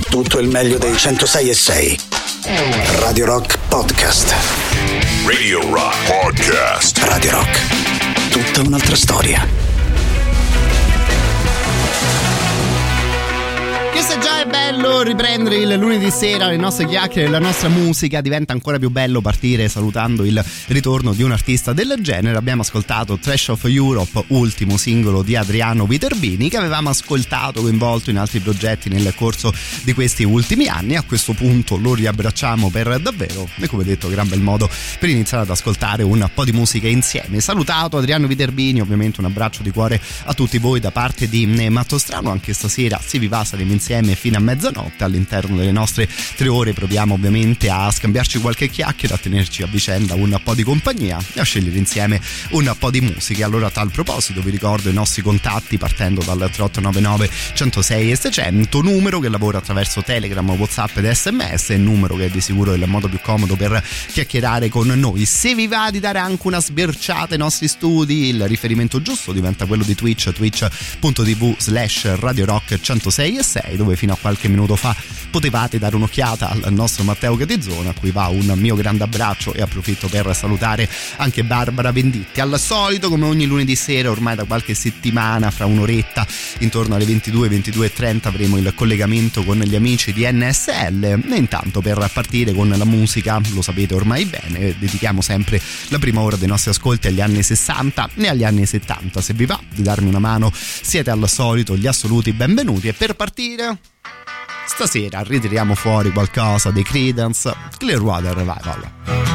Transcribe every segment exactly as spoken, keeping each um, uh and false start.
tutto il meglio dei centosei e sei. Radio Rock Podcast. Radio Rock Podcast. Radio Rock. Tutta un'altra storia. Se già è bello riprendere il lunedì sera le nostre chiacchiere, la nostra musica, diventa ancora più bello partire salutando il ritorno di un artista del genere. Abbiamo ascoltato Trash of Europe, ultimo singolo di Adriano Viterbini, che avevamo ascoltato coinvolto in altri progetti nel corso di questi ultimi anni. A questo punto lo riabbracciamo per davvero e, come detto, gran bel modo per iniziare ad ascoltare un po' di musica insieme. Salutato Adriano Viterbini, ovviamente un abbraccio di cuore a tutti voi da parte di Mattostrano. Anche stasera si vi va, saremo insieme fino a mezzanotte. All'interno delle nostre tre ore proviamo ovviamente a scambiarci qualche chiacchiera, a tenerci a vicenda un po' di compagnia e a scegliere insieme un po' di musica. Allora, a tal proposito vi ricordo i nostri contatti partendo dal tre otto nove nove centosei e seicento, numero che lavora attraverso Telegram, WhatsApp ed S M S, numero che è di sicuro il modo più comodo per chiacchierare con noi. Se vi va di dare anche una sbirciata ai nostri studi, il riferimento giusto diventa quello di Twitch, twitch.tv slash Radio Rock centosei e sei, dove fino a qualche minuto fa potevate dare un'occhiata al nostro Matteo Catizzone, a cui va un mio grande abbraccio, e approfitto per salutare anche Barbara Venditti. Al solito, come ogni lunedì sera ormai da qualche settimana, fra un'oretta intorno alle ventidue, ventidue e trenta avremo il collegamento con gli amici di N S L. E intanto, per partire con la musica, lo sapete ormai bene, dedichiamo sempre la prima ora dei nostri ascolti agli anni sessanta e agli anni settanta. Se vi va di darmi una mano, siete al solito gli assoluti benvenuti. E per partire stasera ritiriamo fuori qualcosa dei Creedence Clearwater Revival.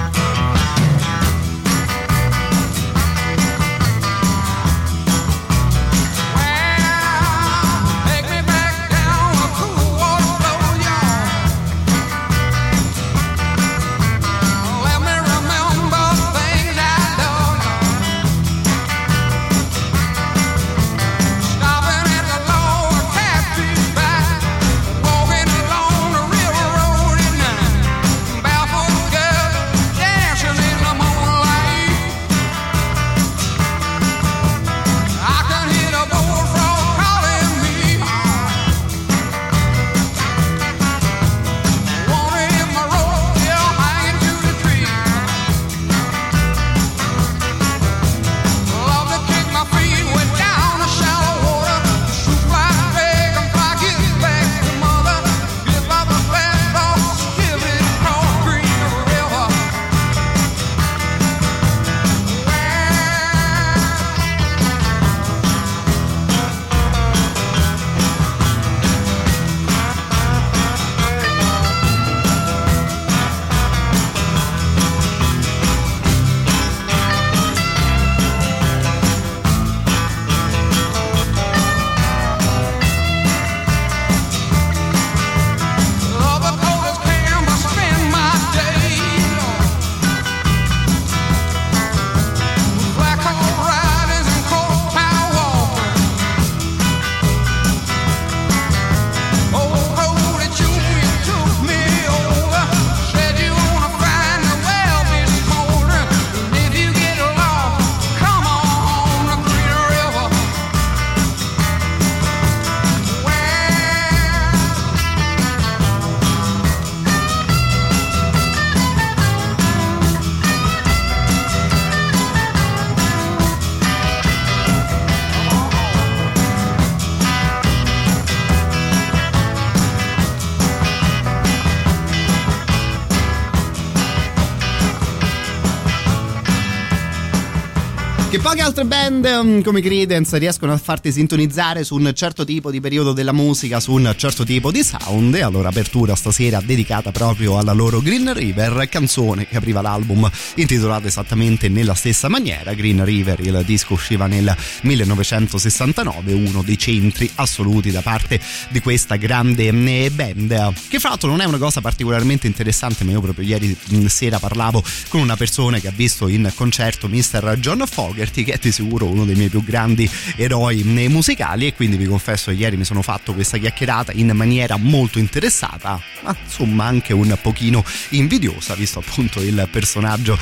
Che poche altre band come Creedence riescono a farti sintonizzare su un certo tipo di periodo della musica, su un certo tipo di sound. E allora apertura stasera dedicata proprio alla loro Green River, canzone che apriva l'album intitolato esattamente nella stessa maniera. Green River, il disco usciva nel millenovecentosessantanove, uno dei centri assoluti da parte di questa grande band, che fra l'altro non è una cosa particolarmente interessante, ma io proprio ieri sera parlavo con una persona che ha visto in concerto mister John Fogerty, che è di sicuro uno dei miei più grandi eroi musicali, e quindi vi confesso che ieri mi sono fatto questa chiacchierata in maniera molto interessata, ma insomma anche un pochino invidiosa, visto appunto il personaggio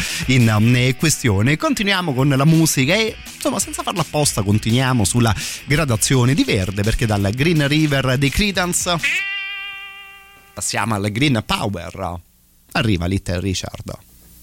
in questione. Continuiamo con la musica e insomma, senza farla apposta, continuiamo sulla gradazione di verde, perché dal Green River dei Creedence passiamo al Green Power. Arriva Little Richard.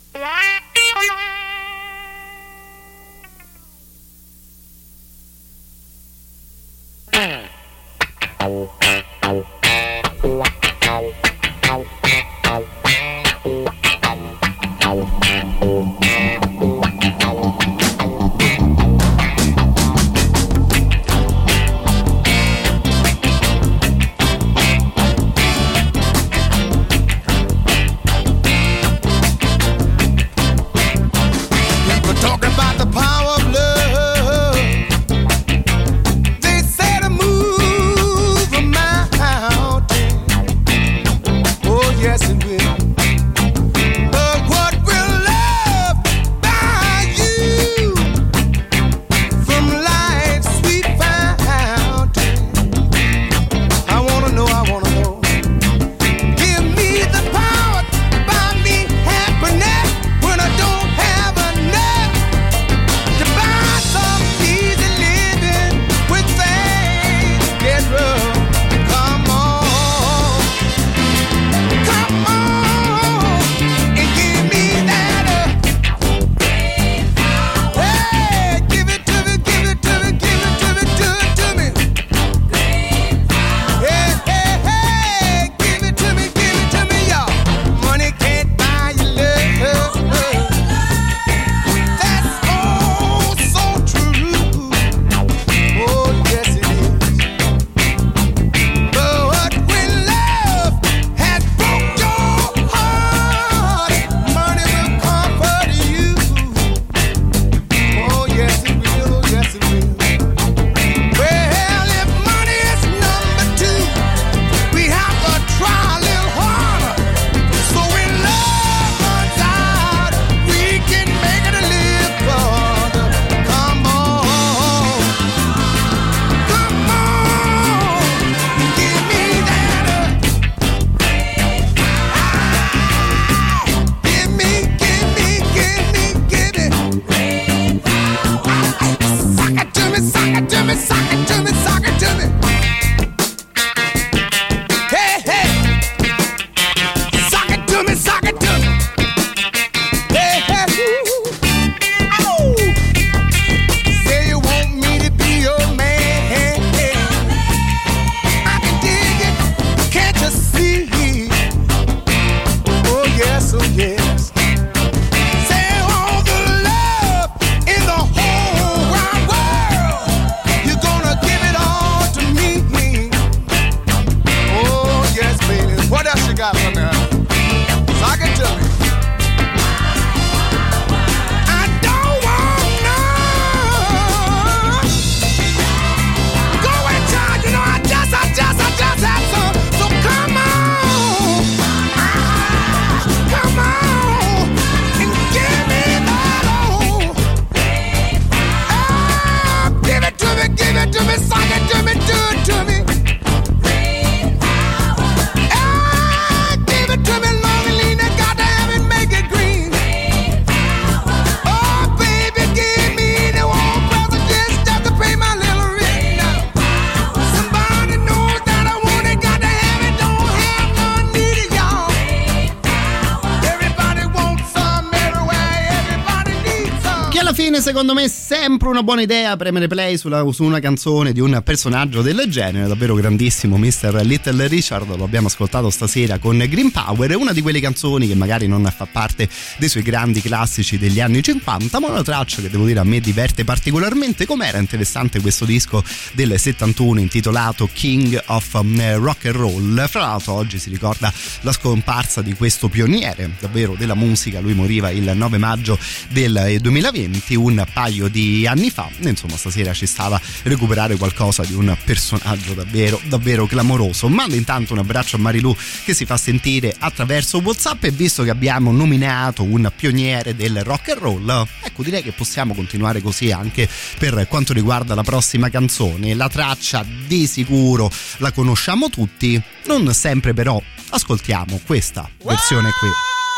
Secondo me è sempre una buona idea premere play sulla, su una canzone di un personaggio del genere, davvero grandissimo mister Little Richard, lo abbiamo ascoltato stasera con Green Power, è una di quelle canzoni che magari non fa parte dei suoi grandi classici degli anni cinquanta, ma una traccia che devo dire a me diverte particolarmente. Com'era interessante questo disco del settantuno intitolato King of Rock and Roll. Fra l'altro oggi si ricorda la scomparsa di questo pioniere davvero della musica, lui moriva il nove maggio del duemilaventi, un paio di anni fa. Insomma, stasera ci stava recuperare qualcosa di un personaggio davvero davvero clamoroso. Mando intanto un abbraccio a Marilu che si fa sentire attraverso WhatsApp, e visto che abbiamo nominato un pioniere del rock and roll, ecco, direi che possiamo continuare così anche per quanto riguarda la prossima canzone. La traccia di sicuro la conosciamo tutti, non sempre, però ascoltiamo questa versione qui.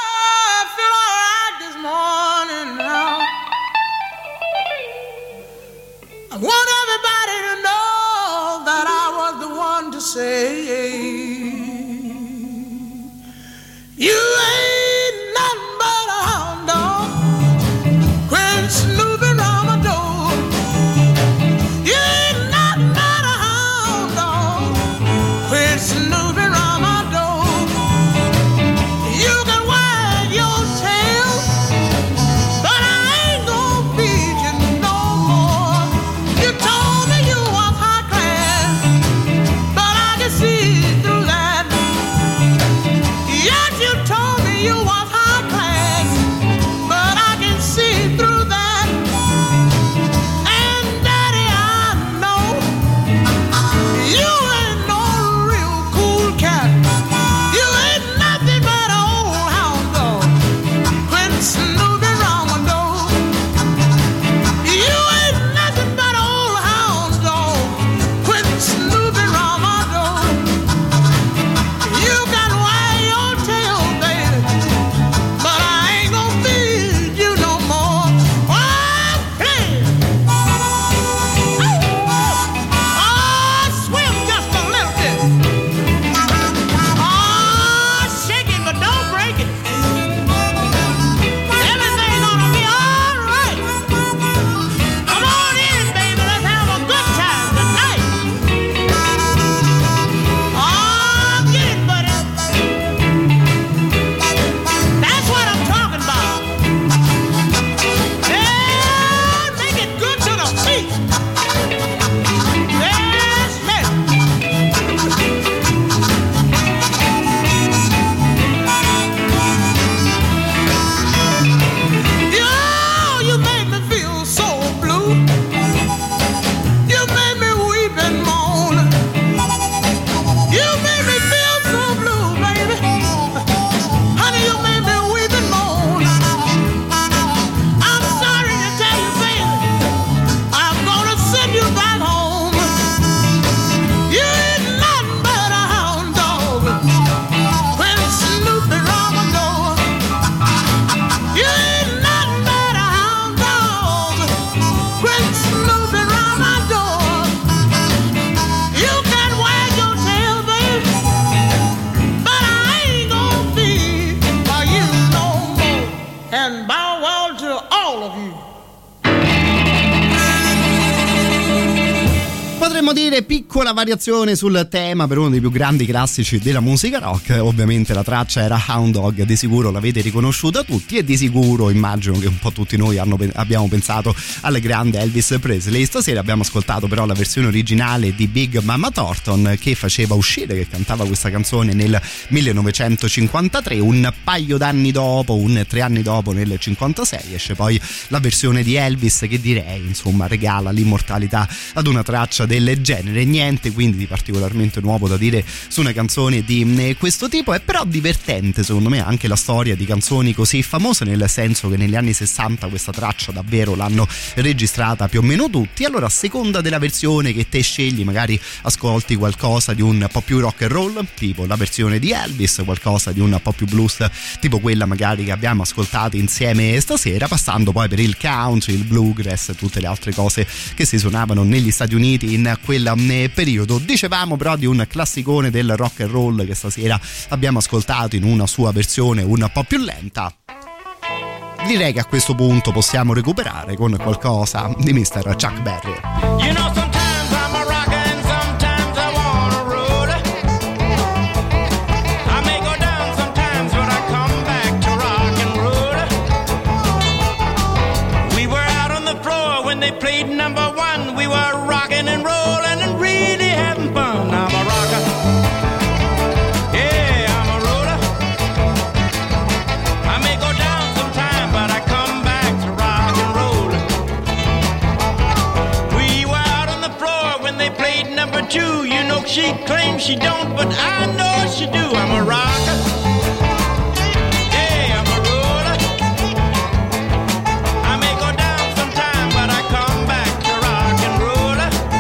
I want everybody to know that I was the one to say Possiamo dire piccola variazione sul tema per uno dei più grandi classici della musica rock. Ovviamente la traccia era Hound Dog, di sicuro l'avete riconosciuta tutti e di sicuro immagino che un po' tutti noi hanno, abbiamo pensato al grande Elvis Presley. Stasera abbiamo ascoltato però la versione originale di Big Mama Thornton, che faceva uscire, che cantava questa canzone nel millenovecentocinquantatré. Un paio d'anni dopo, un tre anni dopo, nel cinquantasei, esce poi la versione di Elvis, che direi insomma regala l'immortalità ad una traccia del genere. Niente quindi di particolarmente nuovo da dire su una canzone di questo tipo. È però divertente secondo me anche la storia di canzoni così famose, nel senso che negli anni sessanta questa traccia davvero l'hanno registrata più o meno tutti. Allora, a seconda della versione che te scegli, magari ascolti qualcosa di un po' più rock and roll, tipo la versione di Elvis, qualcosa di un po' più blues, tipo quella magari che abbiamo ascoltato insieme stasera, passando poi per il country, il bluegrass e tutte le altre cose che si suonavano negli Stati Uniti in quel periodo. Dicevamo però di un classicone del rock and roll che stasera abbiamo ascoltato in una sua versione un po' più lenta. Direi che a questo punto possiamo recuperare con qualcosa di mister Chuck Berry. You know, sometimes I'm a rocker and sometimes I wanna roll. I may go down sometimes, but I come back to rock and roll. We were out on the floor when they played number one. We were rocking and rolling and really having fun. I'm a rocker. Yeah, I'm a roller. I may go down sometime, but I come back to rock and roll. We were out on the floor when they played number two. You know she claims she don't, but I know she do. I'm a rocker. Yeah, I'm a roller. I may go down sometime, but I come back to rock and roll.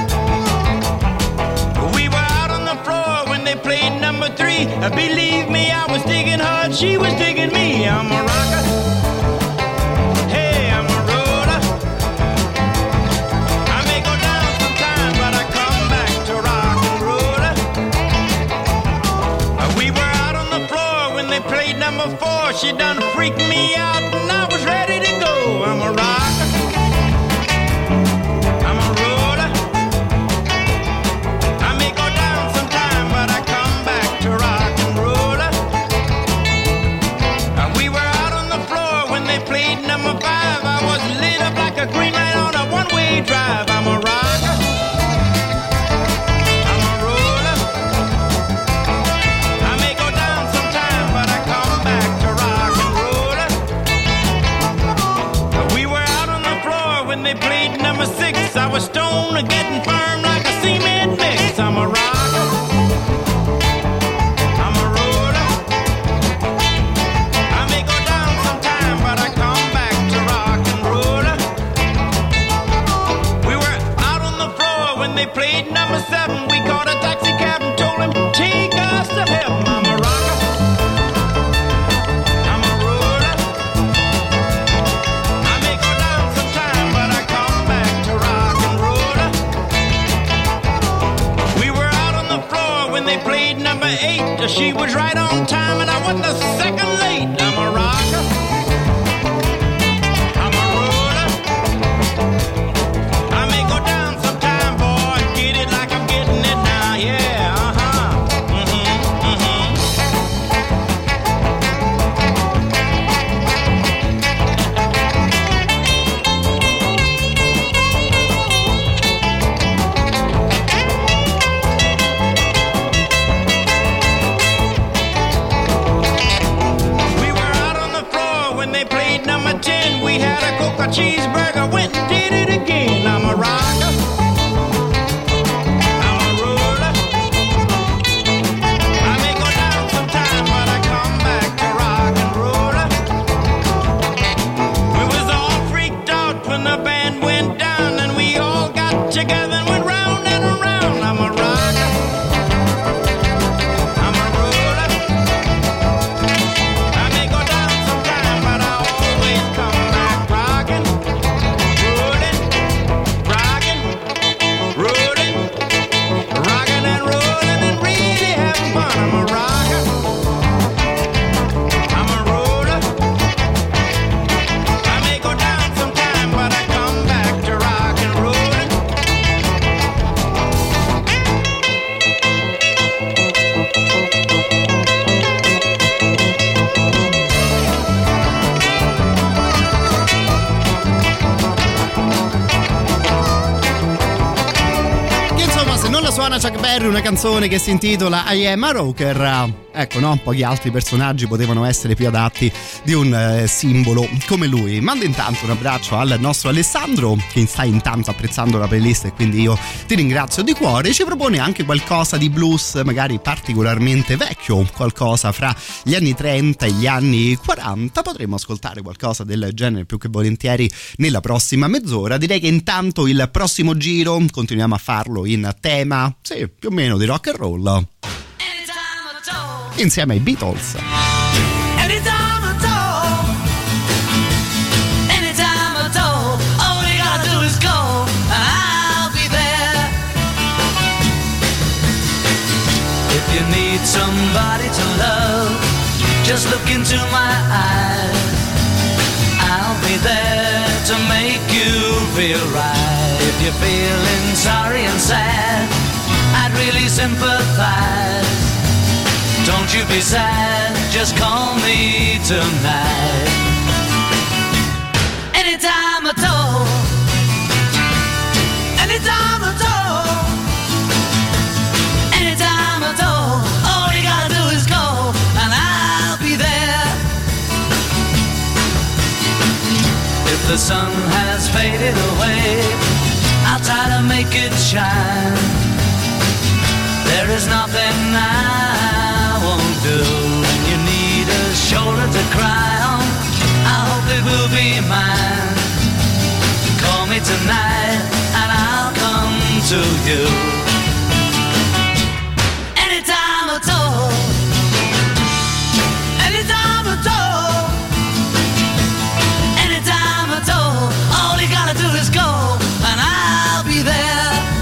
We were out on the floor when they played number three. Believe me, I was digging hard, she was digging me. I'm a rocker. Hey, I'm a roller. I may go down sometime, but I come back to rock and roll. We were out on the floor when they played number four. She done freaked me out and I was ready to go. I'm a rocker. I'm a roller. I may go down sometime, but I come back to rock and roll. We were out on the floor when they played number five. I was lit up like a green light on a one-way drive. I'm a rocker. I'm a roller. I may go down sometime, but I come back to rock and roll. We were out on the floor when they played number six. I was stoned and getting firm like a cement mix. I'm a rocker. I'm a roller. I may go down sometime, but I come back to rock and roll. We were out on the floor when they played number seven. We caught a taxi cab and told him, take us to heaven. I'm a rocker. I'm a roller. I may go down sometime, but I come back to rock and roll. We were out on the floor when they played number eight. She was right on time and I wasn't a second late. I'm a rocker. I'm a roller. I may go down sometime, boy, get it like I'm getting it now. Yeah, uh-huh. Mm-hmm, mm-hmm. We were out on the floor Suona Chuck Berry, una canzone che si intitola I Am a Rocker. Ecco, no? Pochi altri personaggi potevano essere più adatti di un eh, simbolo come lui. Mando intanto un abbraccio al nostro Alessandro, che sta intanto apprezzando la playlist, e quindi io ti ringrazio di cuore. Ci propone anche qualcosa di blues, magari particolarmente vecchio, qualcosa fra gli anni trenta e gli anni quaranta. Potremmo ascoltare qualcosa del genere più che volentieri nella prossima mezz'ora. Direi che intanto il prossimo giro continuiamo a farlo in tema, sì, più o meno di rock and roll, insieme ai Beatles. Anytime at all, anytime at all, all you gotta do is go, and I'll be there. If you need somebody to love, just look into my eyes. I'll be there to make you feel right. If you're feeling sorry and sad, I'd really sympathize. Don't you be sad, just call me tonight. Anytime at all, anytime at all, anytime at all, all you gotta do is go, and I'll be there. If the sun has faded away, I'll try to make it shine. There is nothing I won't do. When you need a shoulder to cry on, I hope it will be mine. Call me tonight and I'll come to you. Anytime at all, anytime at all, anytime at all, all you gotta do is go and I'll be there.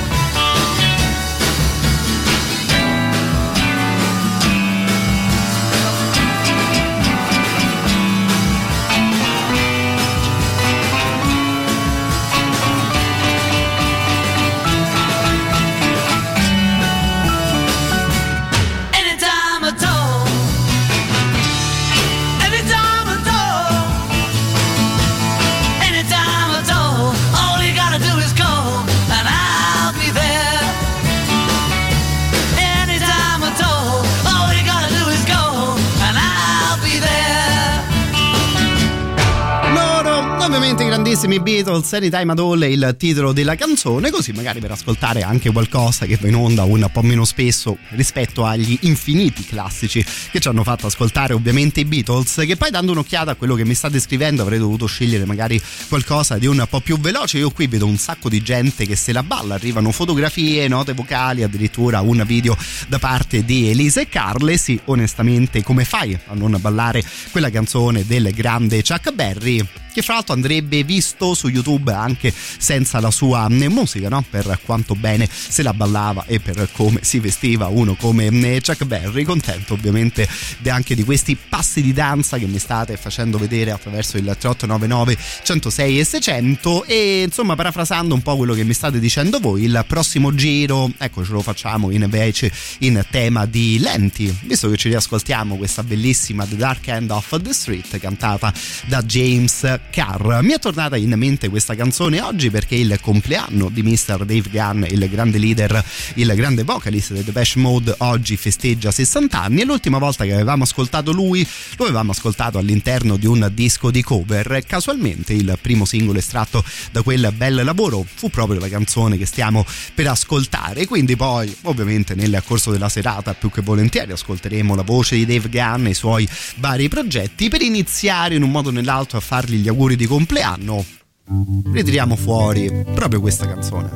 Grandissimi Beatles, Anytime at All è il titolo della canzone, così magari per ascoltare anche qualcosa che va in onda un po' meno spesso rispetto agli infiniti classici che ci hanno fatto ascoltare ovviamente i Beatles, che poi dando un'occhiata a quello che mi state scrivendo avrei dovuto scegliere magari qualcosa di un po' più veloce. Io qui vedo un sacco di gente che se la balla, arrivano fotografie, note vocali, addirittura un video da parte di Elisa e Carle. Sì, onestamente come fai a non ballare quella canzone del grande Chuck Berry, che fra l'altro andrebbe visto su YouTube anche senza la sua musica, no? Per quanto bene se la ballava e per come si vestiva uno come Chuck Berry. Contento ovviamente anche di questi passi di danza che mi state facendo vedere attraverso il tre otto nove nove centosei e seicento. E insomma, parafrasando un po' quello che mi state dicendo voi, il prossimo giro, ecco, ce lo facciamo invece in tema di lenti, visto che ci riascoltiamo questa bellissima The Dark End of the Street cantata da James Carr. Mi è tornata in mente questa canzone oggi perché è il compleanno di mister Dave Gunn, il grande leader, il grande vocalist dei Depeche Mode. Oggi festeggia sessanta anni e l'ultima volta che avevamo ascoltato lui lo avevamo ascoltato all'interno di un disco di cover. Casualmente il primo singolo estratto da quel bel lavoro fu proprio la canzone che stiamo per ascoltare, quindi poi ovviamente nel corso della serata più che volentieri ascolteremo la voce di Dave Gunn e i suoi vari progetti. Per iniziare in un modo o nell'altro a fargli gli auguri di compleanno ritiriamo fuori proprio questa canzone.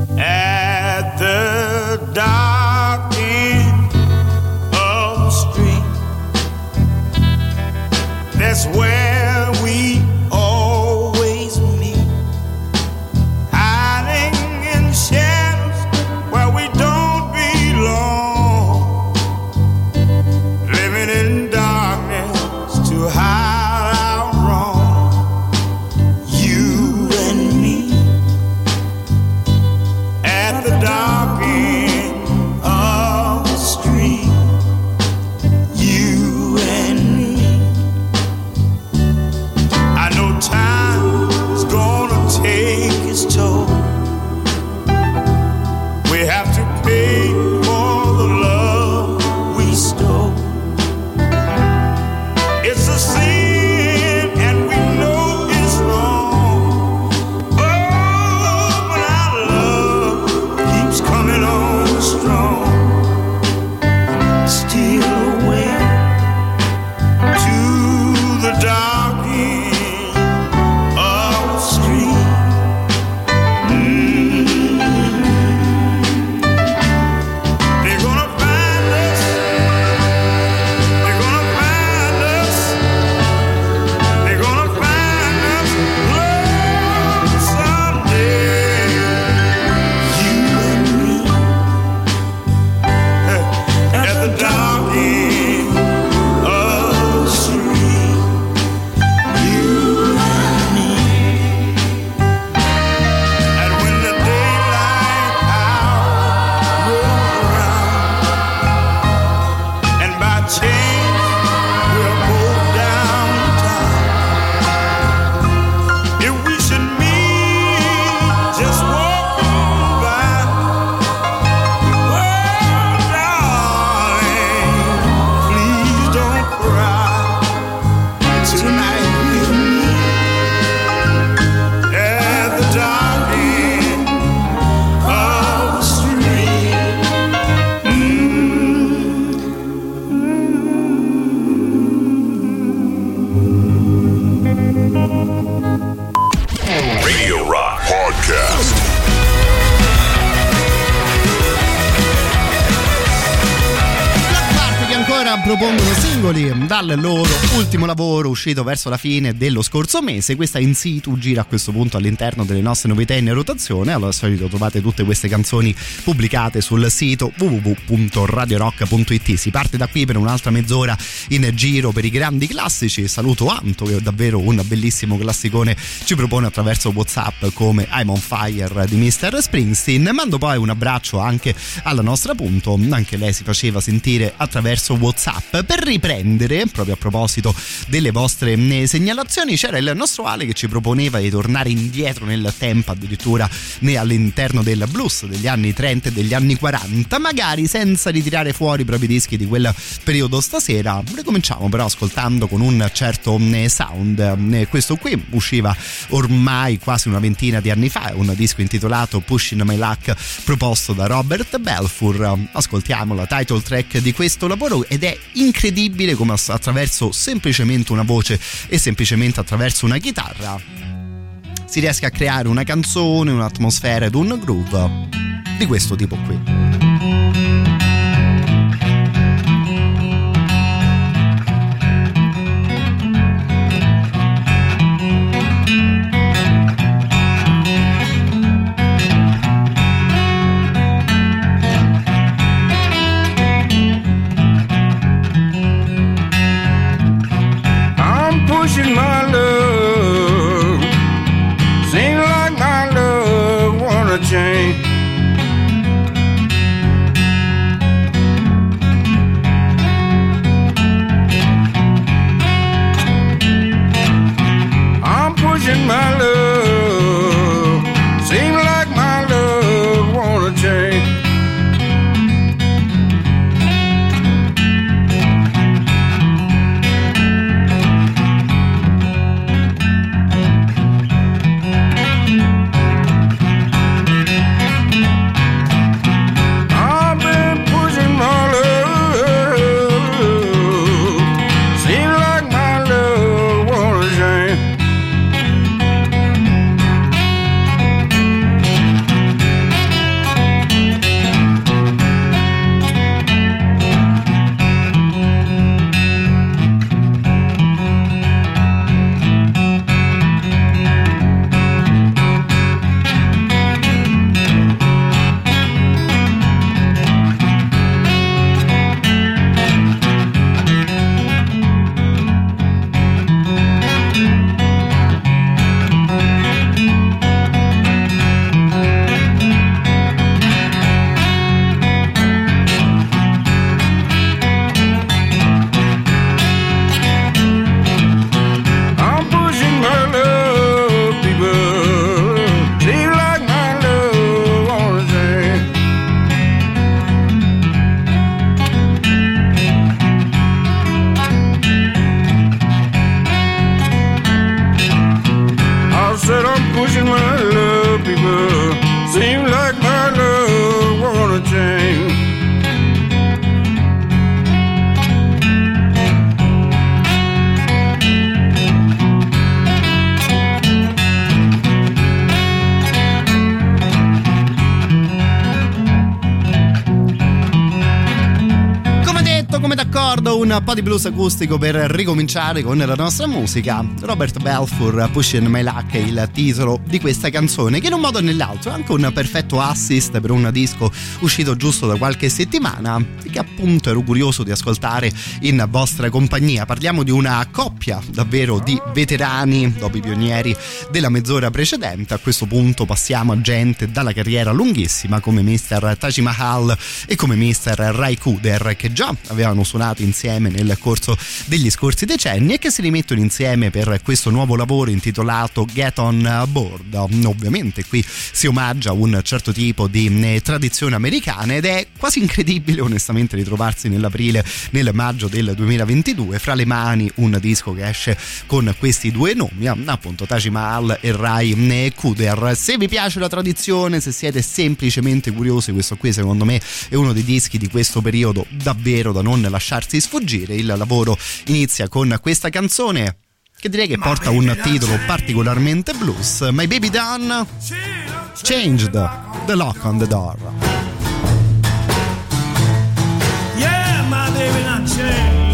At the dark end of the street, that's where we always meet, hiding in shadows where we don't belong, living in darkness to hide dark end of the street, you and me. propongono singoli dal loro ultimo lavoro uscito verso la fine dello scorso mese. Questa In Situ gira a questo punto all'interno delle nostre novità in rotazione. Al solito trovate tutte queste canzoni pubblicate sul sito w w w punto radio rock punto i t. Si parte da qui per un'altra mezz'ora in giro per i grandi classici. Saluto Anto, che è davvero un bellissimo classicone ci propone attraverso WhatsApp, come I'm on Fire di mister Springsteen. Mando poi un abbraccio anche alla nostra Punto, anche lei si faceva sentire attraverso WhatsApp. Per riprendere, proprio a proposito delle vostre segnalazioni, c'era il nostro Ale che ci proponeva di tornare indietro nel tempo, addirittura all'interno del blues degli anni trenta e degli anni quaranta, magari senza ritirare fuori i propri dischi di quel periodo stasera. Ricominciamo però ascoltando con un certo sound. Questo qui usciva ormai quasi una ventina di anni fa, è un disco intitolato Pushing My Luck proposto da Robert Balfour. Ascoltiamo la title track di questo lavoro ed è incredibile come attraverso semplicemente una voce e semplicemente attraverso una chitarra si riesca a creare una canzone, un'atmosfera ed un groove di questo tipo qui. Pushing my love, seem like my love wanna change. I'm pushing my love, seem like my love wanna change. Un po' di blues acustico per ricominciare con la nostra musica. Robert Balfour, Pushing My Luck è il titolo di questa canzone, che in un modo o nell'altro è anche un perfetto assist per un disco uscito giusto da qualche settimana, che appunto ero curioso di ascoltare in vostra compagnia. Parliamo di una coppia davvero di veterani, dopo i pionieri della mezz'ora precedente. A questo punto passiamo a gente dalla carriera lunghissima come mister Taj Mahal e come mister Ry Cooder, che già avevano suonato insieme nel corso degli scorsi decenni e che si rimettono insieme per questo nuovo lavoro intitolato Get On Board. Ovviamente qui si omaggia un certo tipo di tradizione americana ed è quasi incredibile onestamente ritrovarsi nell'aprile, nel maggio del duemilaventidue fra le mani un disco che esce con questi due nomi, appunto Taj Mahal e Ry Cooder. Se vi piace la tradizione, se siete semplicemente curiosi, questo qui secondo me è uno dei dischi di questo periodo davvero da non lasciarsi sfuggire. Il lavoro inizia con questa canzone che direi che porta un titolo particolarmente blues. My Baby Done Changed the Lock on the Door. Yeah, my baby done changed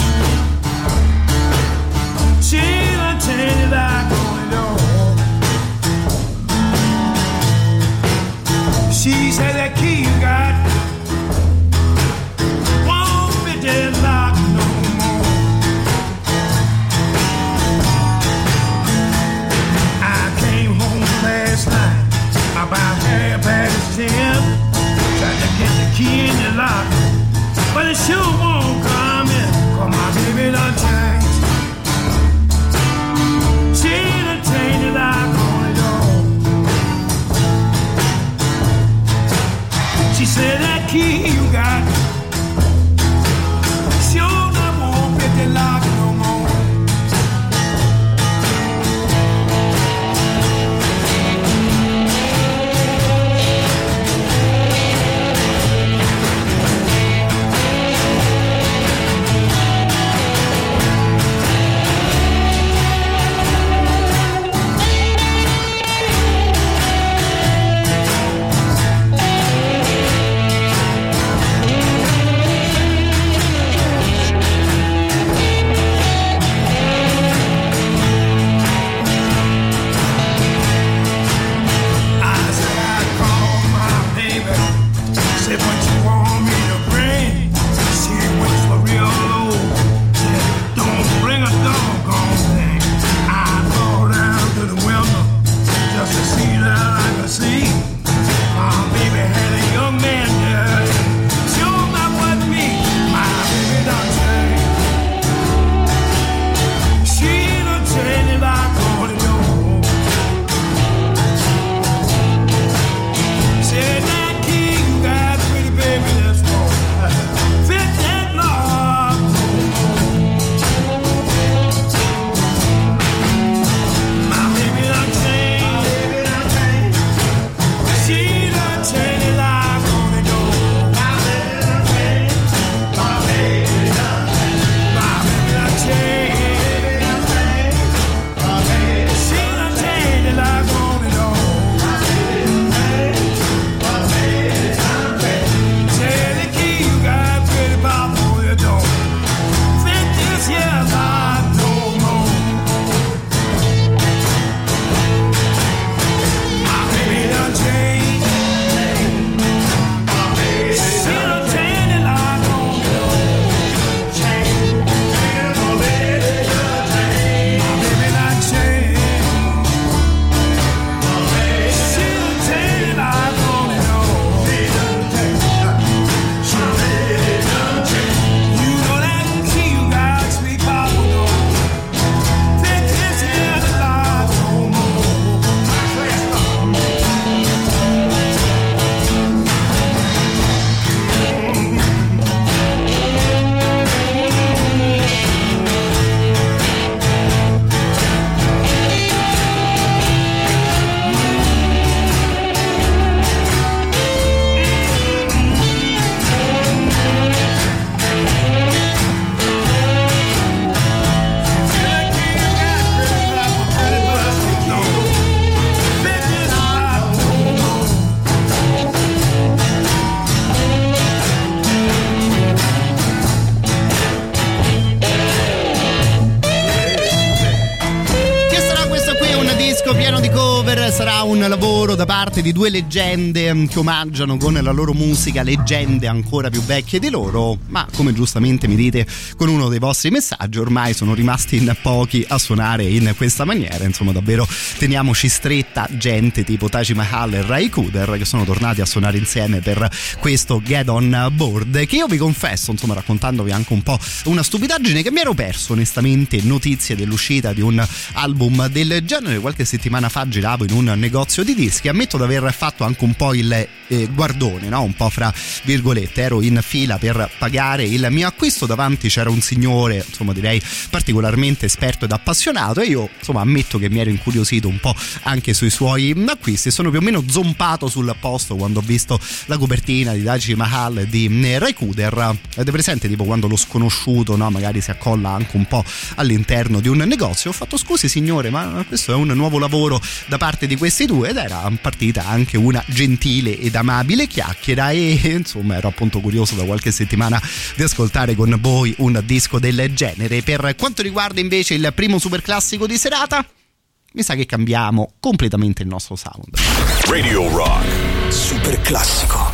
sarà un lavoro da parte di due leggende che omaggiano con la loro musica leggende ancora più vecchie di loro, ma come giustamente mi dite con uno dei vostri messaggi, ormai sono rimasti in pochi a suonare in questa maniera. Insomma, davvero teniamoci stretta gente tipo Taj Mahal e Ray Cooder, che sono tornati a suonare insieme per questo Get On Board, che io vi confesso, insomma, raccontandovi anche un po' una stupidaggine, che mi ero perso onestamente notizie dell'uscita di un album del genere. Qualche settimana fa giravo in un negozio di dischi, ammetto di aver fatto anche un po' il eh, guardone, no? Un po' fra virgolette, ero in fila per pagare il mio acquisto, davanti c'era un signore, insomma direi particolarmente esperto ed appassionato, e io insomma ammetto che mi ero incuriosito un po' anche sui suoi acquisti. Sono più o meno zompato sul posto quando ho visto la copertina di Taj Mahal e di Ray Cooder. Avete presente tipo quando lo sconosciuto, no, magari si accolla anche un po' all'interno di un negozio? Ho fatto scusi signore, ma questo è un nuovo lavoro da parte di questi due, ed era partita anche una gentile ed amabile chiacchiera, e insomma ero appunto curioso da qualche settimana di ascoltare con voi un disco del genere. Per quanto riguarda invece il primo super classico di serata, mi sa che cambiamo completamente il nostro sound. Radio Rock Super classico.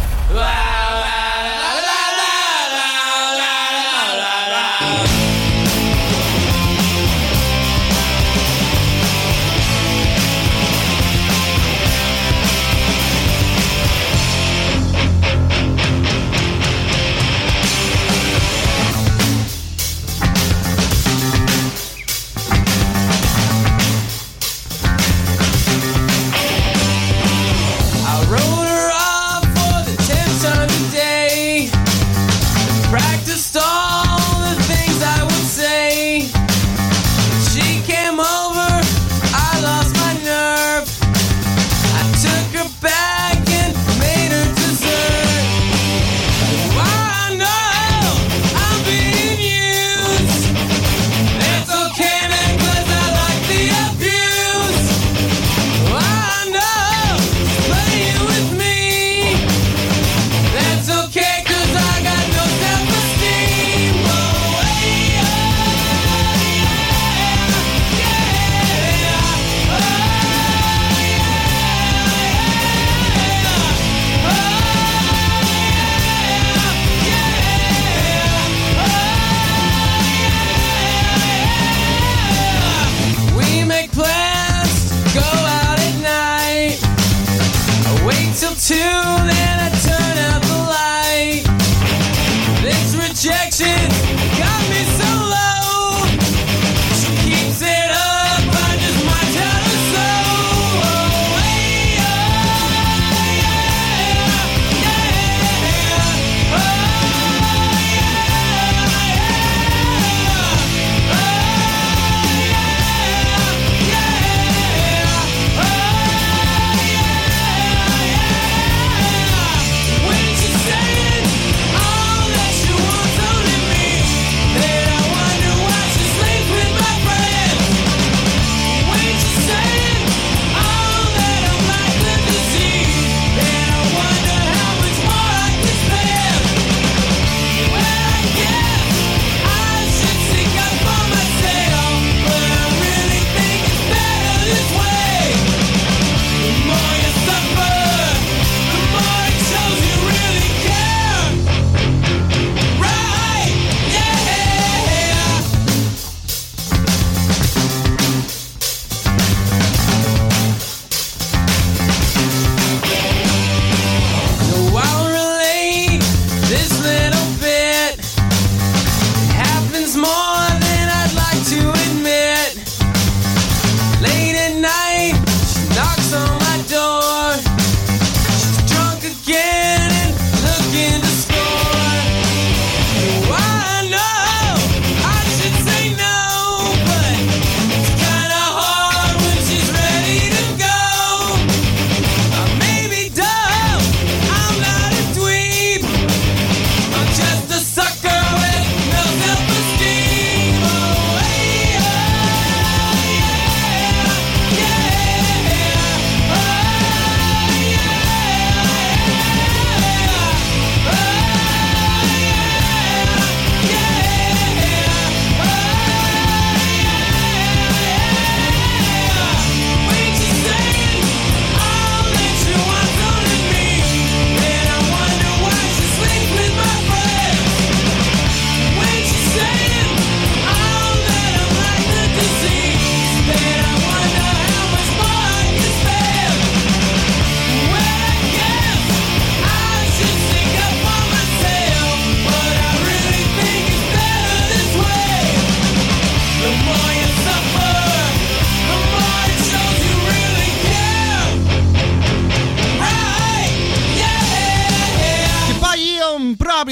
Rode her off for the tenth time.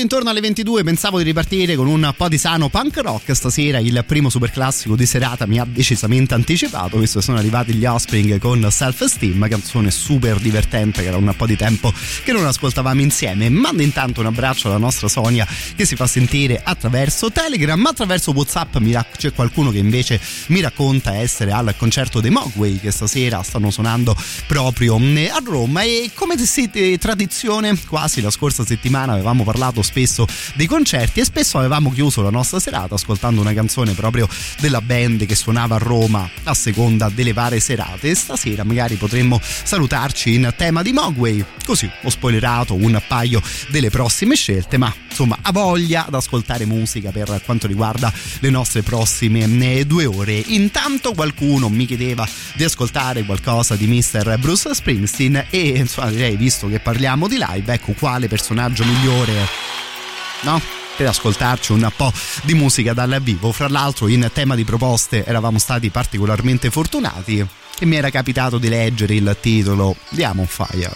intorno alle ventidue pensavo di ripartire con un po' di sano punk rock. Stasera il primo superclassico di serata mi ha decisamente anticipato, visto che sono arrivati gli Offspring con Self Esteem, canzone super divertente che era un po' di tempo che non ascoltavamo insieme. Mando intanto un abbraccio alla nostra Sonia che si fa sentire attraverso Telegram, ma attraverso WhatsApp mi rac- c'è qualcuno che invece mi racconta essere al concerto dei Mogwai che stasera stanno suonando proprio a Roma. E come siete tradizione, quasi la scorsa settimana avevamo parlato spesso dei concerti e spesso avevamo chiuso la nostra serata ascoltando una canzone proprio della band che suonava a Roma a seconda delle varie serate. E stasera magari potremmo salutarci in tema di Mogwai, così ho spoilerato un paio delle prossime scelte, ma insomma ha voglia ad ascoltare musica per quanto riguarda le nostre prossime due ore. Intanto qualcuno mi chiedeva di ascoltare qualcosa di mister Bruce Springsteen e insomma direi, visto che parliamo di live, ecco quale personaggio migliore, no? Per ascoltarci un po' di musica dal vivo. Fra l'altro in tema di proposte eravamo stati particolarmente fortunati e mi era capitato di leggere il titolo di I'm on Fire.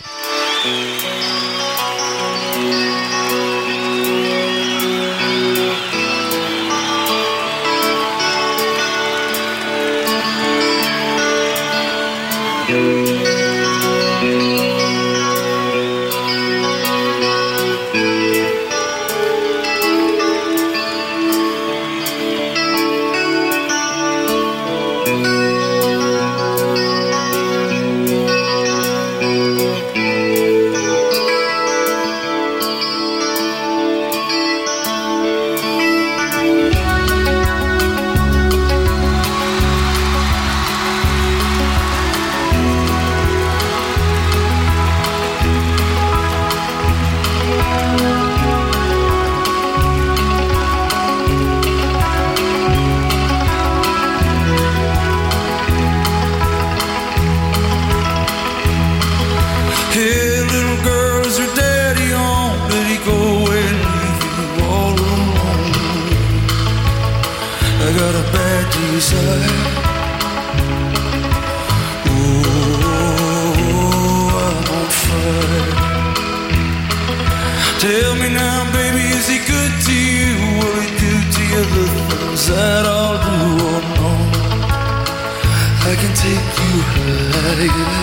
Tell me now, baby, is he good to you? Will he do to you the things that I'll do or no? I can take you higher.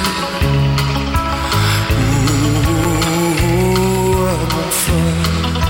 Ooh, I'm on fire.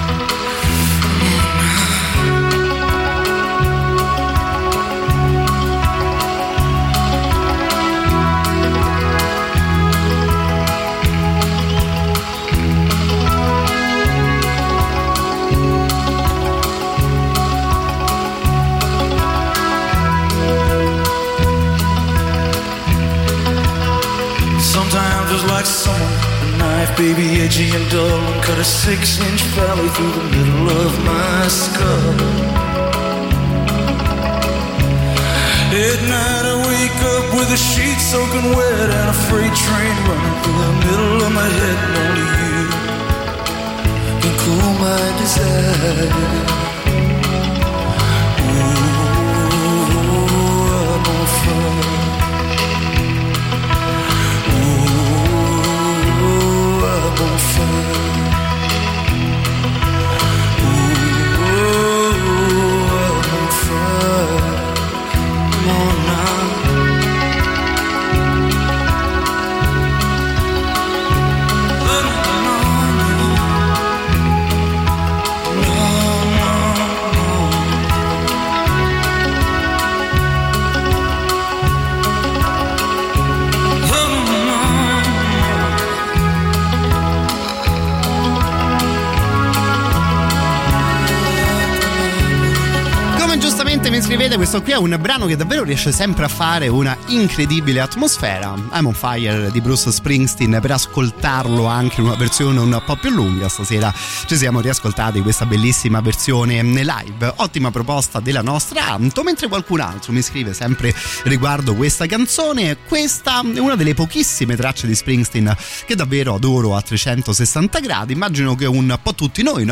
Like someone, a knife, baby, edgy and dull, and cut a six-inch valley through the middle of my skull. At night I wake up with the sheets soaking wet and a freight train running through the middle of my head, and only you can cool my desire. Ooh, I'm on fire. I'm on fire. Ooh, I'm on fire. Come on now. No, no, no, no, mi scrivete, questo qui è un brano che davvero riesce sempre a fare una incredibile atmosfera. I'm on Fire di Bruce Springsteen, per ascoltarlo anche in una versione un po' più lunga. Stasera ci siamo riascoltati questa bellissima versione live, ottima proposta della nostra Anto. Mentre qualcun altro mi scrive sempre riguardo questa canzone, questa è una delle pochissime tracce di Springsteen che davvero adoro a trecentosessanta gradi. Immagino che un po' tutti noi, no?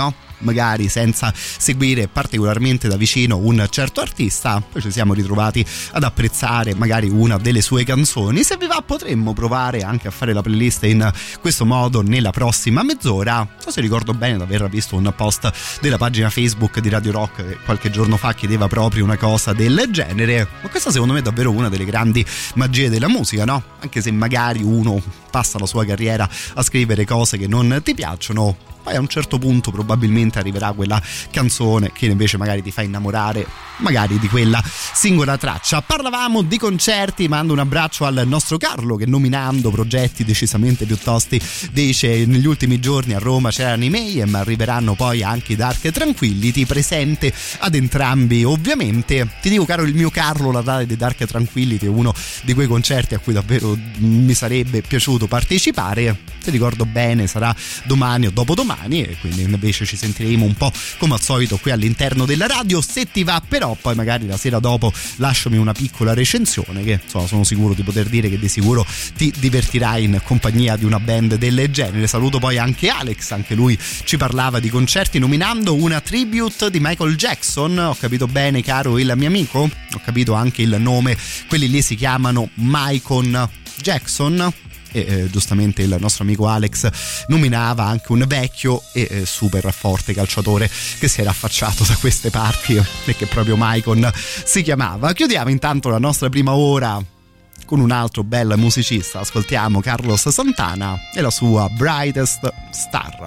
magari senza seguire particolarmente da vicino un certo artista, poi ci siamo ritrovati ad apprezzare magari una delle sue canzoni. Se vi va potremmo provare anche a fare la playlist in questo modo nella prossima mezz'ora. Non so se ricordo bene di aver visto un post della pagina Facebook di Radio Rock che qualche giorno fa chiedeva proprio una cosa del genere, ma questa secondo me è davvero una delle grandi magie della musica, no? Anche se magari uno passa la sua carriera a scrivere cose che non ti piacciono, poi a un certo punto probabilmente arriverà quella canzone che invece magari ti fa innamorare magari di quella singola traccia. Parlavamo di concerti, mando un abbraccio al nostro Carlo che, nominando progetti decisamente più tosti, dice: negli ultimi giorni a Roma c'erano i Mayhem, arriveranno poi anche i Dark Tranquillity, presente ad entrambi ovviamente. Ti dico, caro il mio Carlo, la data dei Dark Tranquillity è uno di quei concerti a cui davvero mi sarebbe piaciuto partecipare. Se ricordo bene sarà domani o dopodomani, e quindi invece ci sentiremo un po' come al solito qui all'interno della radio. Se ti va però poi magari la sera dopo lasciami una piccola recensione, che insomma sono sicuro di poter dire che di sicuro ti divertirai in compagnia di una band del genere. Saluto poi anche Alex, anche lui ci parlava di concerti nominando una tribute di Michael Jackson. Ho capito bene, caro il mio amico? Ho capito anche il nome, quelli lì si chiamano Michael Jackson. E eh, giustamente il nostro amico Alex nominava anche un vecchio e eh, super forte calciatore che si era affacciato da queste parti e che proprio Michael si chiamava. Chiudiamo intanto la nostra prima ora con un altro bel musicista. Ascoltiamo Carlos Santana e la sua Brightest Star.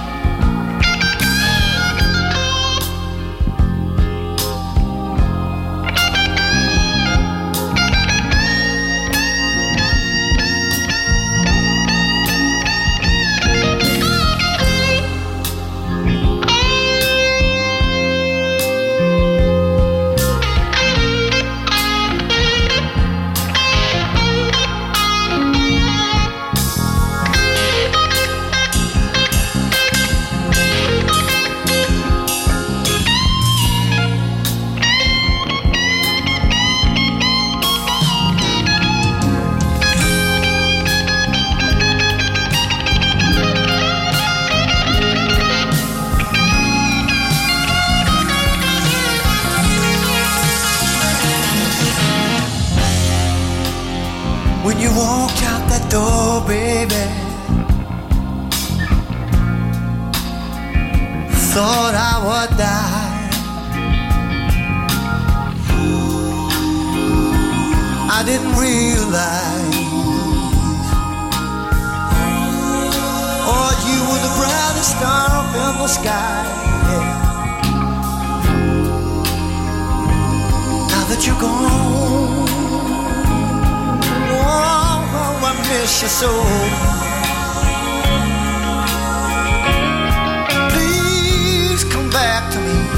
When you walk out that door, baby, thought I would die. I didn't realize, oh, you were the brightest star up in the sky, yeah. Now that you're gone, oh, I miss you so. Please come back to me.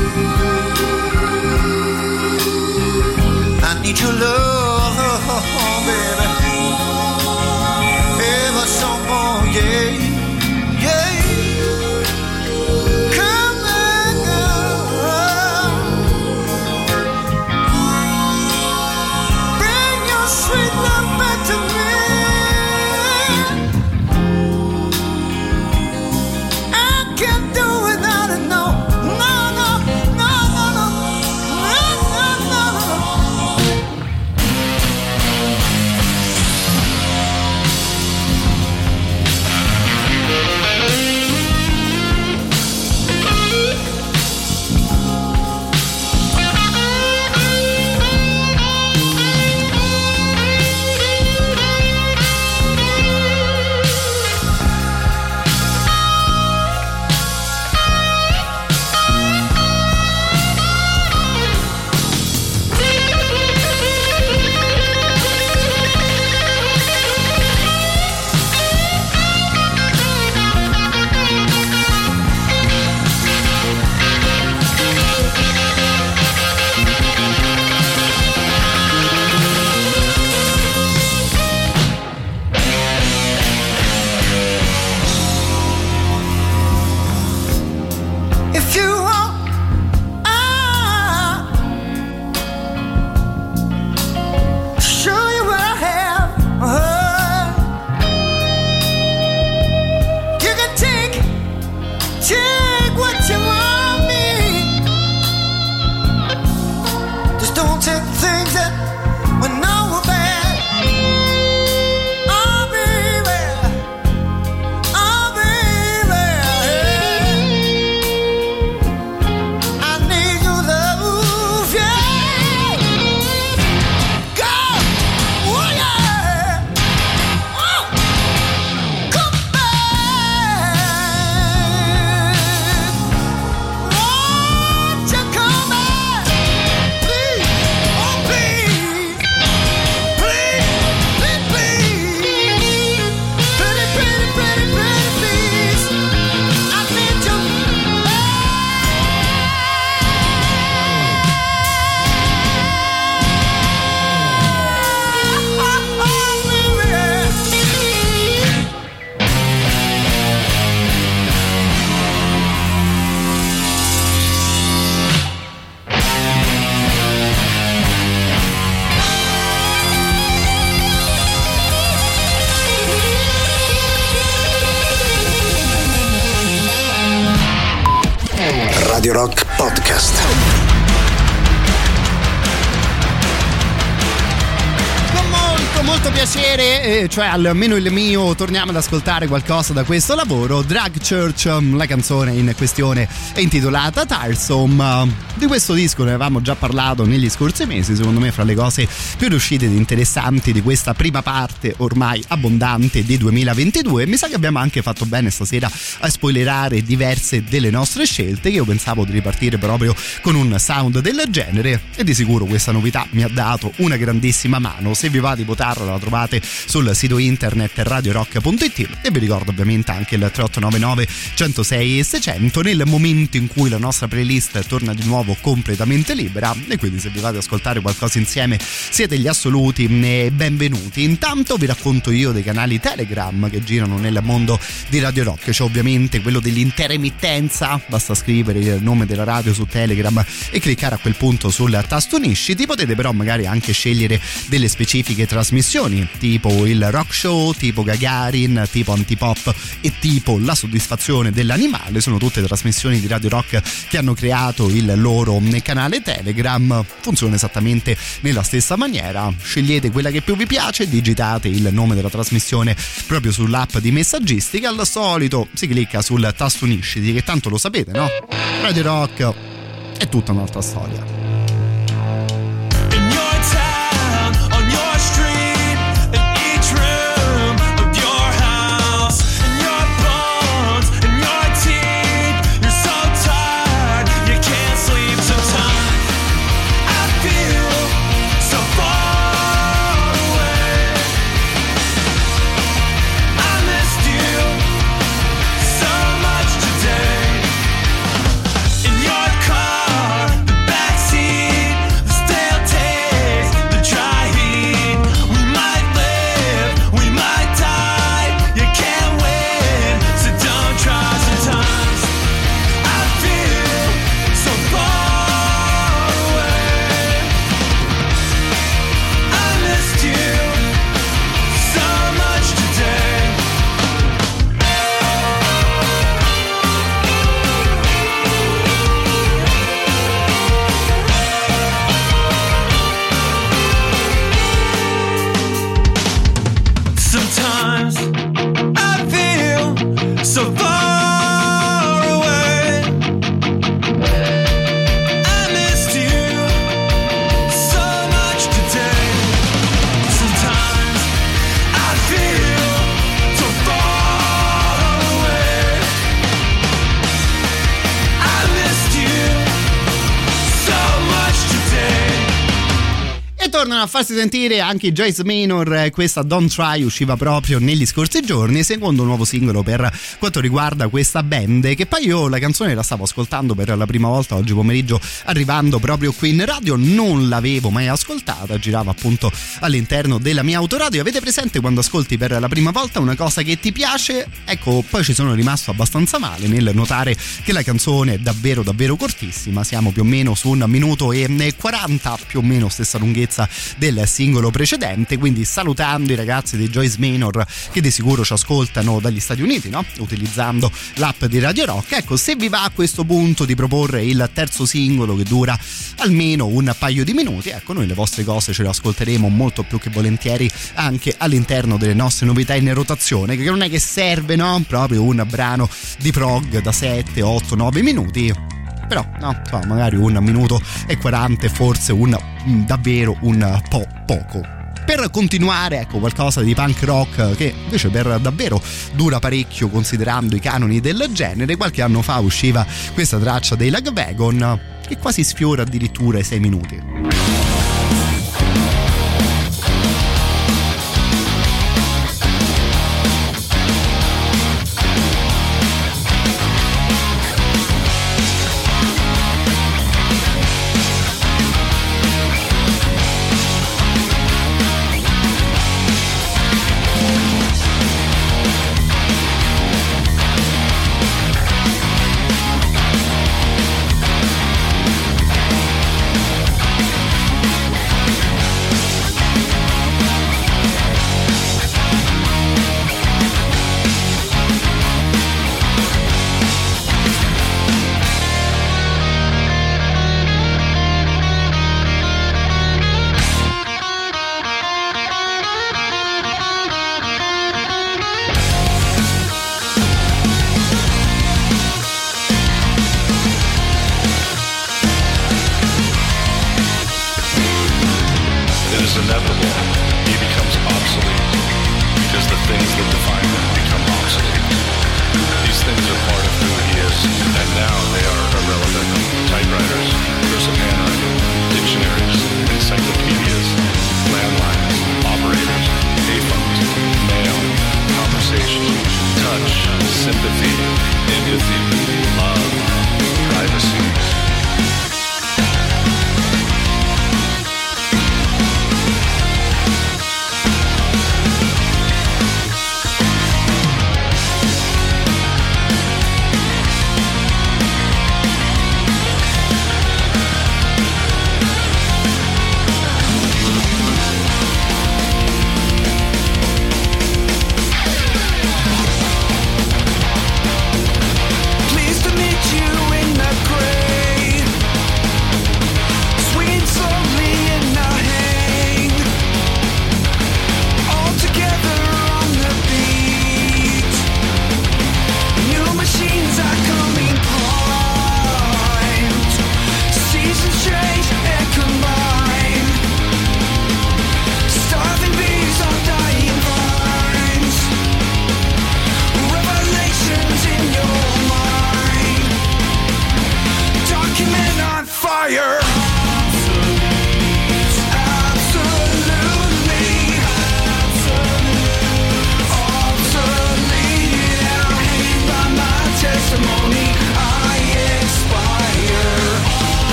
I need your love, baby, ever so more, yeah. Radio Rock Podcast. Molto piacere, eh, cioè almeno il mio, torniamo ad ascoltare qualcosa da questo lavoro. Drag Church, la canzone in questione è intitolata Tiresome. Di questo disco ne avevamo già parlato negli scorsi mesi, secondo me fra le cose più riuscite ed interessanti di questa prima parte ormai abbondante di duemilaventidue. Mi sa che abbiamo anche fatto bene stasera a spoilerare diverse delle nostre scelte, che io pensavo di ripartire proprio con un sound del genere, e di sicuro questa novità mi ha dato una grandissima mano. Se vi va di votarla la trovate sul sito internet radio rock punto it, e vi ricordo ovviamente anche il tre otto nove nove uno zero sei seicento nel momento in cui la nostra playlist torna di nuovo completamente libera, e quindi se vi fate ascoltare qualcosa insieme siete gli assoluti benvenuti. Intanto vi racconto io dei canali Telegram che girano nel mondo di Radio Rock. C'è ovviamente quello dell'intera emittenza, basta scrivere il nome della radio su Telegram e cliccare a quel punto sul tasto unisciti. Potete però magari anche scegliere delle specifiche trasmissioni tipo il Rock Show, tipo Gagarin, tipo Antipop e tipo La soddisfazione dell'animale. Sono tutte trasmissioni di Radio Rock che hanno creato il loro canale Telegram. Funziona esattamente nella stessa maniera. Scegliete quella che più vi piace, digitate il nome della trasmissione proprio sull'app di messaggistica. Al solito si clicca sul tasto unisciti, che tanto lo sapete, no? Radio Rock è tutta un'altra storia. Tornano a farsi sentire anche i Joyce Manor. Questa Don't Try usciva proprio negli scorsi giorni, secondo nuovo singolo per quanto riguarda questa band, che poi io la canzone la stavo ascoltando per la prima volta oggi pomeriggio arrivando proprio qui in radio, non l'avevo mai ascoltata, girava appunto all'interno della mia autoradio. Avete presente quando ascolti per la prima volta una cosa che ti piace? Ecco, poi ci sono rimasto abbastanza male nel notare che la canzone è davvero davvero cortissima, siamo più o meno su un minuto e quaranta, più o meno stessa lunghezza del singolo precedente. Quindi salutando i ragazzi di Joyce Manor che di sicuro ci ascoltano dagli Stati Uniti, no? Utilizzando l'app di Radio Rock. Ecco, se vi va a questo punto di proporre il terzo singolo che dura almeno un paio di minuti, ecco, noi le vostre cose ce le ascolteremo molto più che volentieri anche all'interno delle nostre novità in rotazione, che non è che serve, no? Proprio un brano di prog da sette, otto, nove minuti, però no, so, magari un minuto e quaranta, forse un davvero un po' poco. Per continuare, ecco, qualcosa di punk rock che invece per davvero dura parecchio considerando i canoni del genere. Qualche anno fa usciva questa traccia dei Lagwagon che quasi sfiora addirittura i sei minuti. is inevitable. He becomes obsolete because the things that define him become obsolete. These things are part of who he is, and now they are irrelevant. Typewriters, cursive handwriting, dictionaries, encyclopedias, landlines, operators, payphones, mail, conversation, touch, sympathy, empathy, love, privacy.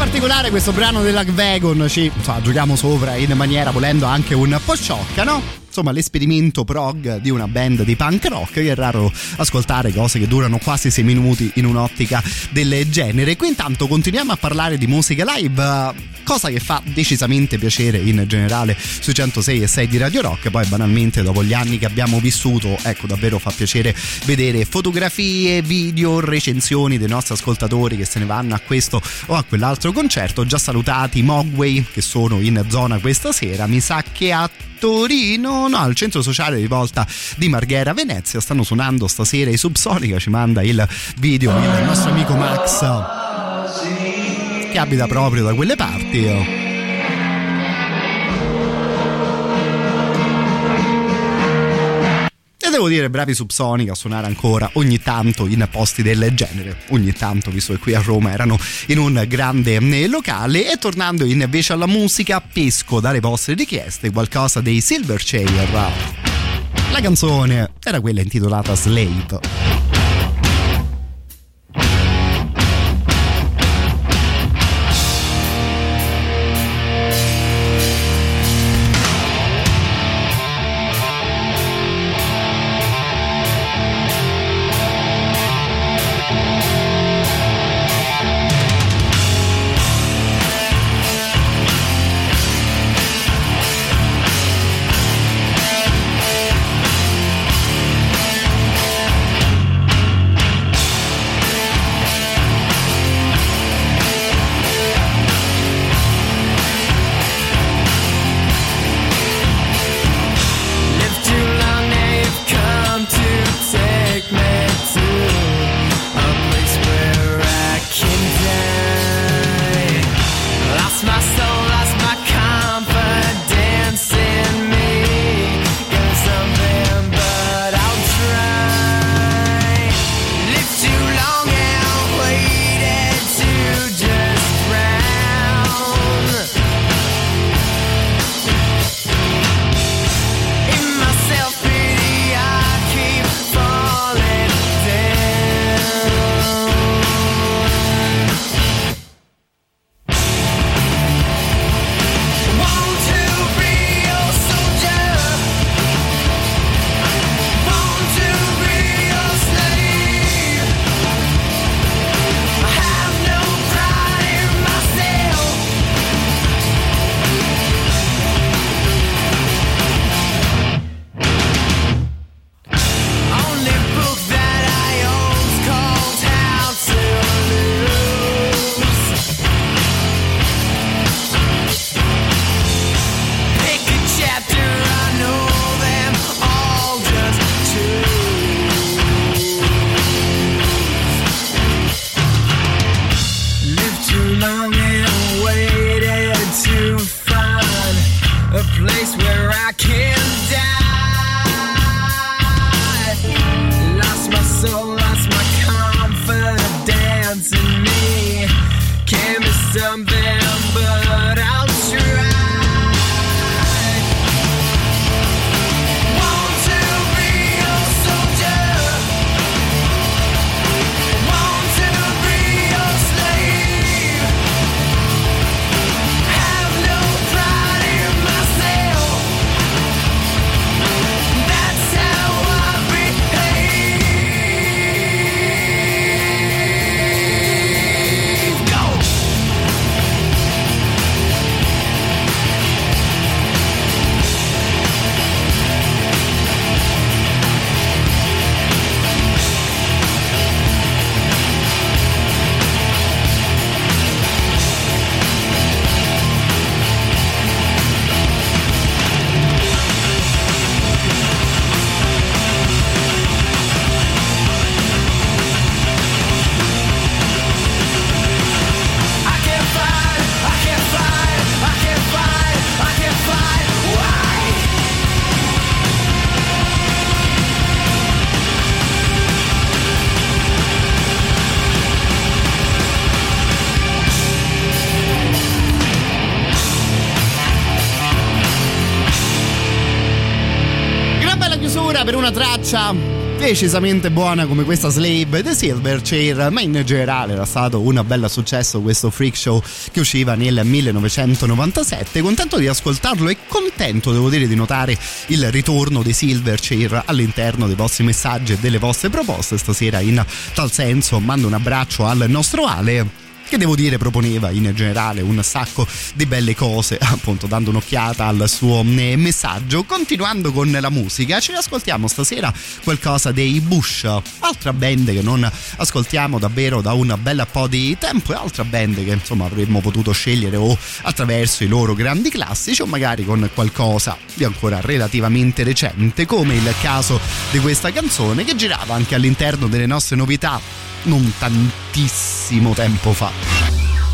Questo brano della Vegon ci insomma, giochiamo sopra in maniera volendo anche un po' sciocca, no? insomma l'esperimento prog di una band di punk rock, che è raro ascoltare cose che durano quasi sei minuti in un'ottica del genere. Qui intanto continuiamo a parlare di musica live, cosa che fa decisamente piacere in generale sui centosei e sei di Radio Rock. Poi banalmente dopo gli anni che abbiamo vissuto, ecco, davvero fa piacere vedere fotografie, video, recensioni dei nostri ascoltatori che se ne vanno a questo o a quell'altro concerto. Già salutati Mogwai, che sono in zona questa sera, mi sa che a Torino, no, al centro sociale di Volta di Marghera, Venezia, stanno suonando stasera i Subsonica. Ci manda il video il nostro amico Max, che abita proprio da quelle parti. E devo dire, bravi Subsonica a suonare ancora ogni tanto in posti del genere, ogni tanto, visto che qui a Roma erano in un grande locale. E tornando invece alla musica, pesco dalle vostre richieste qualcosa dei Silverchair. La canzone era quella intitolata Slave. Per una traccia decisamente buona come questa Slave The Silverchair, ma in generale era stato un bel successo questo Freak Show che usciva nel millenovecentonovantasette. Contento di ascoltarlo e contento, devo dire, di notare il ritorno dei Silverchair all'interno dei vostri messaggi e delle vostre proposte. Stasera in tal senso mando un abbraccio al nostro Ale, che devo dire proponeva in generale un sacco di belle cose, appunto dando un'occhiata al suo messaggio. Continuando con la musica, ci ascoltiamo stasera qualcosa dei Bush, altra band che non ascoltiamo davvero da un bel po' di tempo, e altra band che insomma avremmo potuto scegliere o attraverso i loro grandi classici o magari con qualcosa di ancora relativamente recente, come il caso di questa canzone che girava anche all'interno delle nostre novità non tantissimo tempo fa.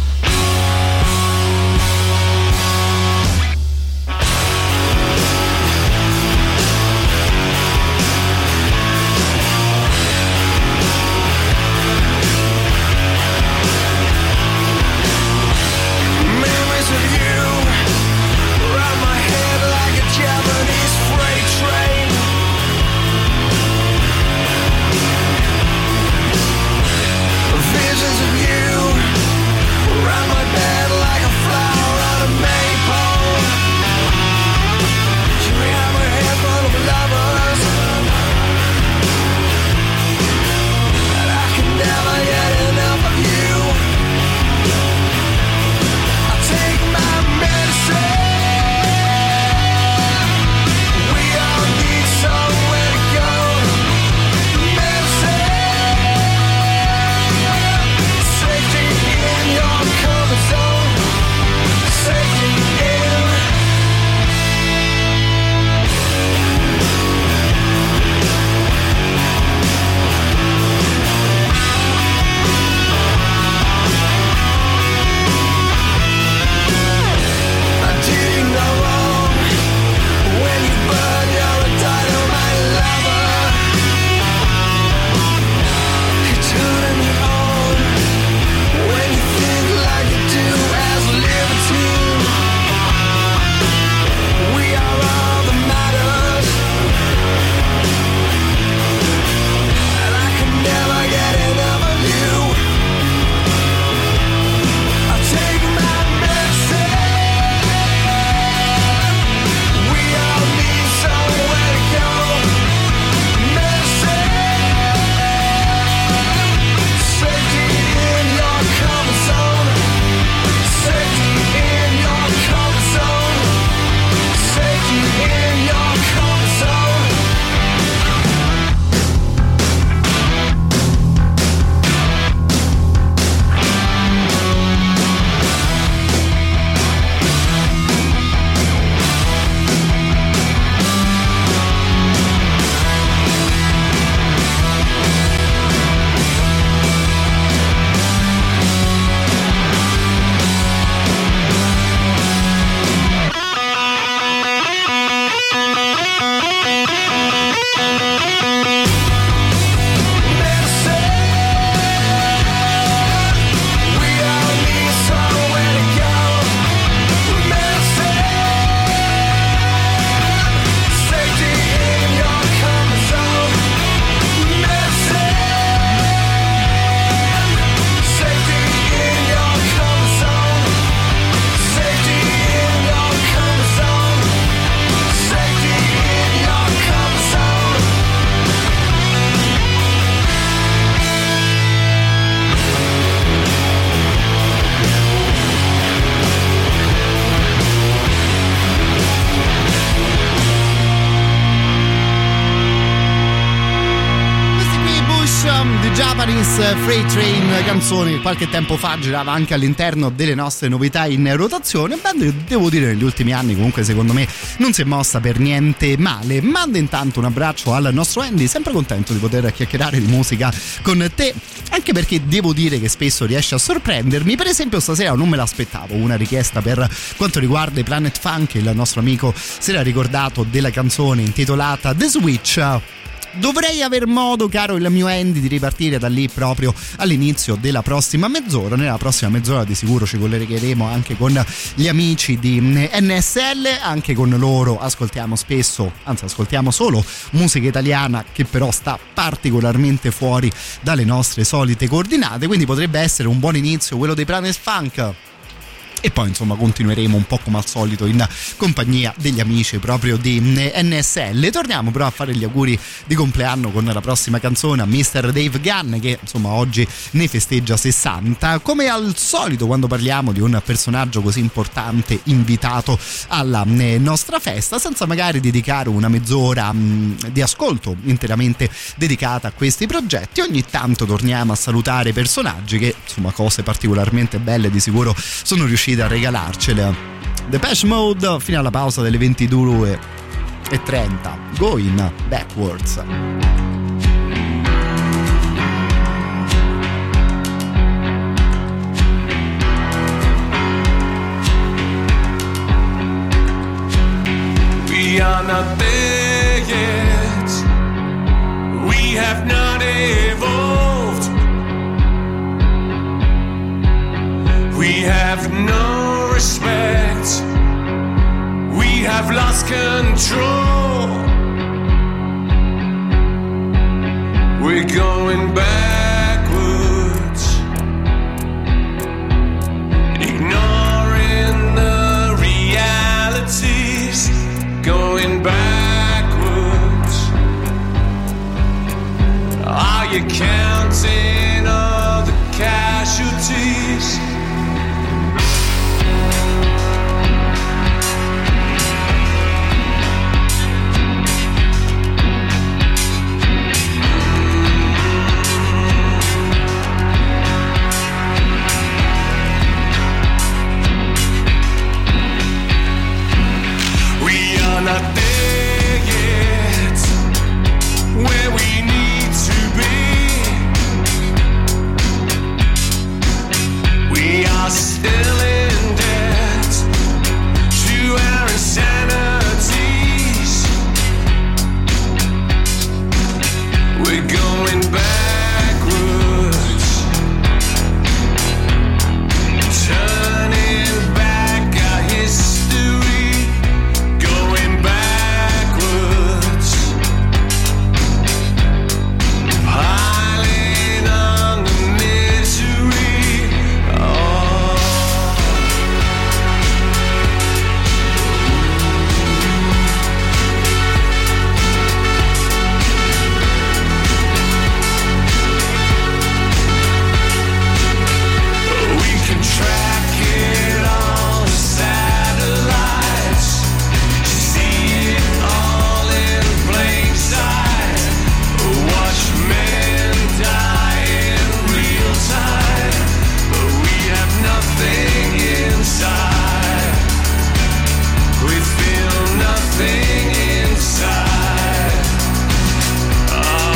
Visions of you around my bed. Japanese Freight Train, canzone che qualche tempo fa girava anche all'interno delle nostre novità in rotazione. Band, devo dire, negli ultimi anni comunque secondo me non si è mossa per niente male. Mando intanto un abbraccio al nostro Andy, sempre contento di poter chiacchierare di musica con te, anche perché devo dire che spesso riesce a sorprendermi. Per esempio stasera non me l'aspettavo una richiesta per quanto riguarda i Planet Funk. Il nostro amico si era ricordato della canzone intitolata The Switch. dovrei aver modo, caro il mio Andy, di ripartire da lì proprio all'inizio della prossima mezz'ora. Nella prossima mezz'ora di sicuro ci collegheremo anche con gli amici di N S L, anche con loro ascoltiamo spesso, anzi ascoltiamo solo musica italiana che però sta particolarmente fuori dalle nostre solite coordinate, quindi potrebbe essere un buon inizio quello dei Planet Funk. E poi insomma continueremo un po' come al solito in compagnia degli amici proprio di N S L. Torniamo però a fare gli auguri di compleanno con la prossima canzone a mister Dave Gunn, che insomma oggi ne festeggia sessanta. Come al solito quando parliamo di un personaggio così importante invitato alla nostra festa, senza magari dedicare una mezz'ora mh, di ascolto interamente dedicata a questi progetti, ogni tanto torniamo a salutare personaggi che insomma cose particolarmente belle di sicuro sono riusciti a regalarcele. Depeche Mode fino alla pausa delle ventidue e trenta, Going Backwards. We are not there yet. We have not evolved. We have no respect. We have lost control. We're going backwards, ignoring the realities. Going backwards. Are you counting all the casualties? Not there yet, where we need to be. We are still in debt to our insanities. We're going backwards, turning back our history. Going backwards, piling on the misery. Oh. We can track it on satellites. See it all in plain sight. Watch men die in real time. But we have nothing inside. We feel nothing inside. Oh.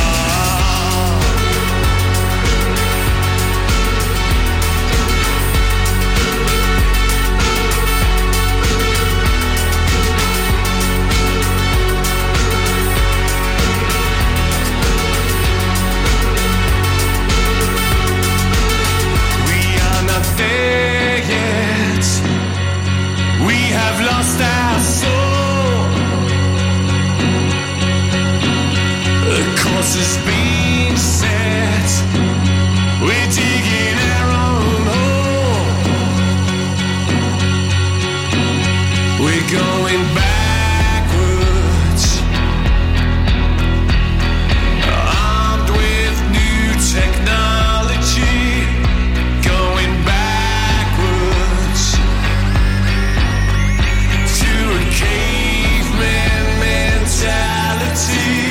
We are not there yet. We have lost our soul. The course is being set. We're digging our own hole. We're going backwards, armed with new technology. Going backwards to a caveman mentality.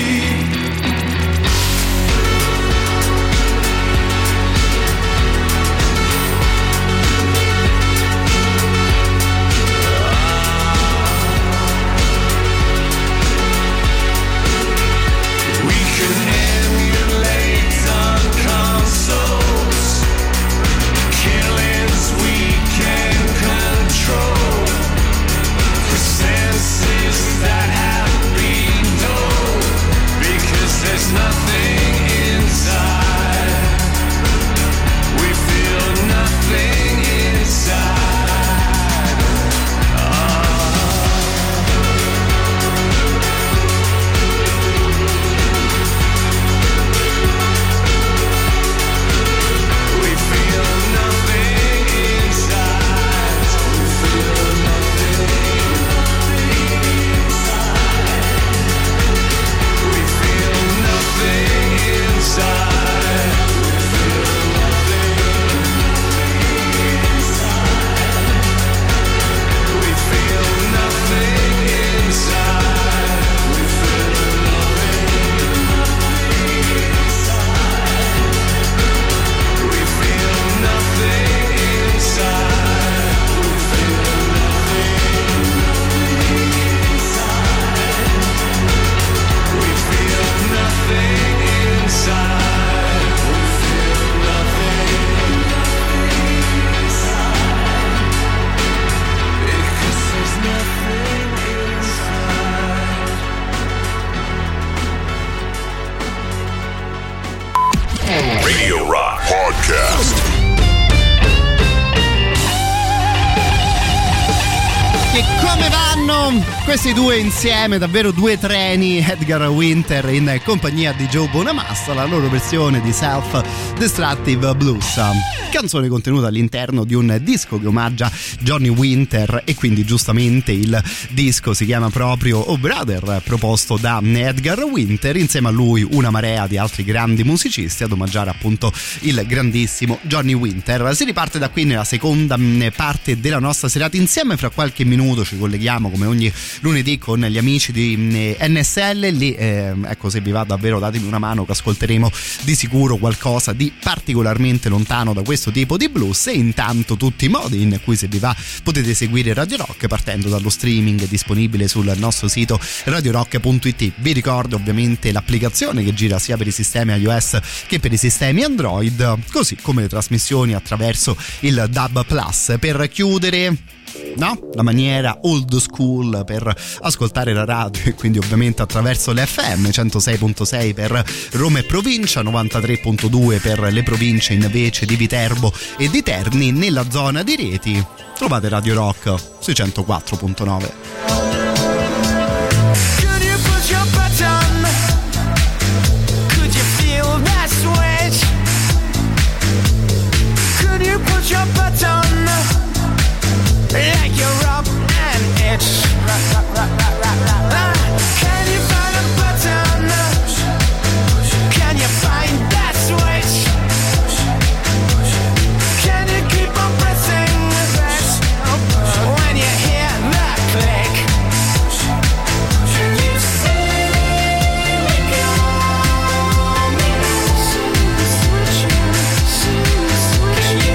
questi due insieme, davvero due treni, Edgar Winter in compagnia di Joe Bonamassa, la loro versione di Self Destructive Blues, canzone contenuta all'interno di un disco che omaggia Johnny Winter, e quindi giustamente il disco si chiama proprio Oh Brother, proposto da Edgar Winter, insieme a lui una marea di altri grandi musicisti ad omaggiare appunto il grandissimo Johnny Winter. Si riparte da qui nella seconda parte della nostra serata insieme. Fra qualche minuto ci colleghiamo come ogni lunedì con gli amici di N S L, lì eh, ecco, se vi va davvero datemi una mano che ascolteremo di sicuro qualcosa di particolarmente lontano da questo tipo di blues. E intanto tutti i modi in cui, se vi va, potete seguire Radio Rock partendo dallo streaming disponibile sul nostro sito radio rock punto it. Vi ricordo ovviamente l'applicazione che gira sia per i sistemi iOS che per i sistemi Android, così come le trasmissioni attraverso il D A B Plus. Per chiudere, no? La maniera old school per ascoltare la radio, e quindi ovviamente attraverso le F M, centosei virgola sei per Roma e provincia, novantatré virgola due per le province invece di Viterbo e di Terni. Nella zona di Rieti trovate Radio Rock sui centoquattro virgola nove. Your button like you're up and itch. Can you find a button? Can you find that switch? Can you keep on pressing when you hear that click? Can you see me coming? Can you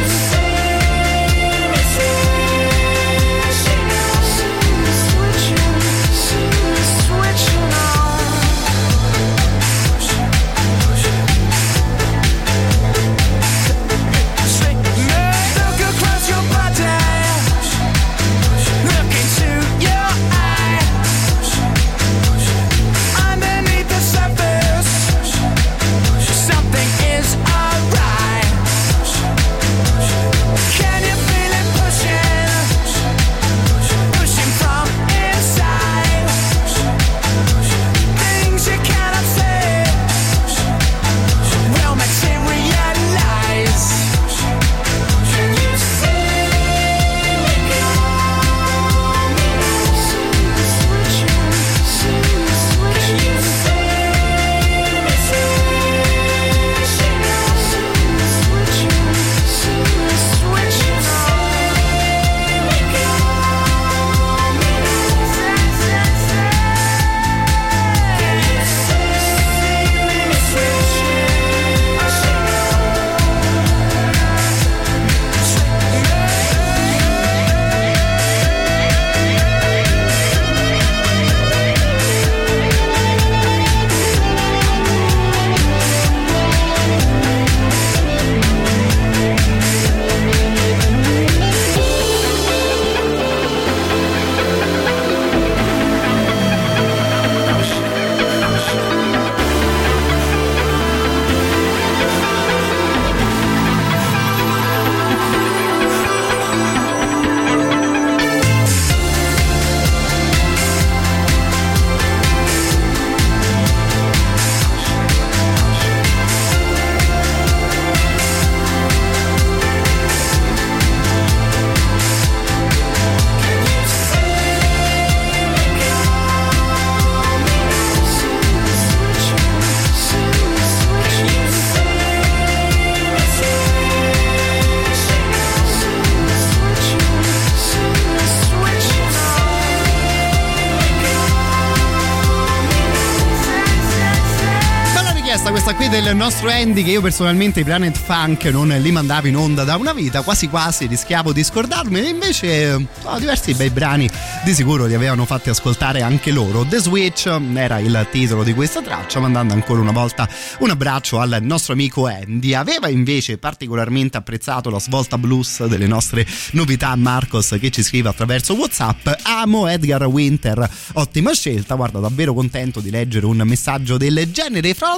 Questa qui del nostro Andy, che io personalmente i Planet Funk non li mandavo in onda da una vita, quasi quasi rischiavo di scordarmi, invece oh, diversi bei brani di sicuro li avevano fatti ascoltare anche loro. The Switch era il titolo di questa traccia, mandando ancora una volta un abbraccio al nostro amico Andy. Aveva invece particolarmente apprezzato la svolta blues delle nostre novità Marcos, che ci scrive attraverso WhatsApp: amo Edgar Winter, ottima scelta, guarda, davvero contento di leggere un messaggio del genere. Fra l'altro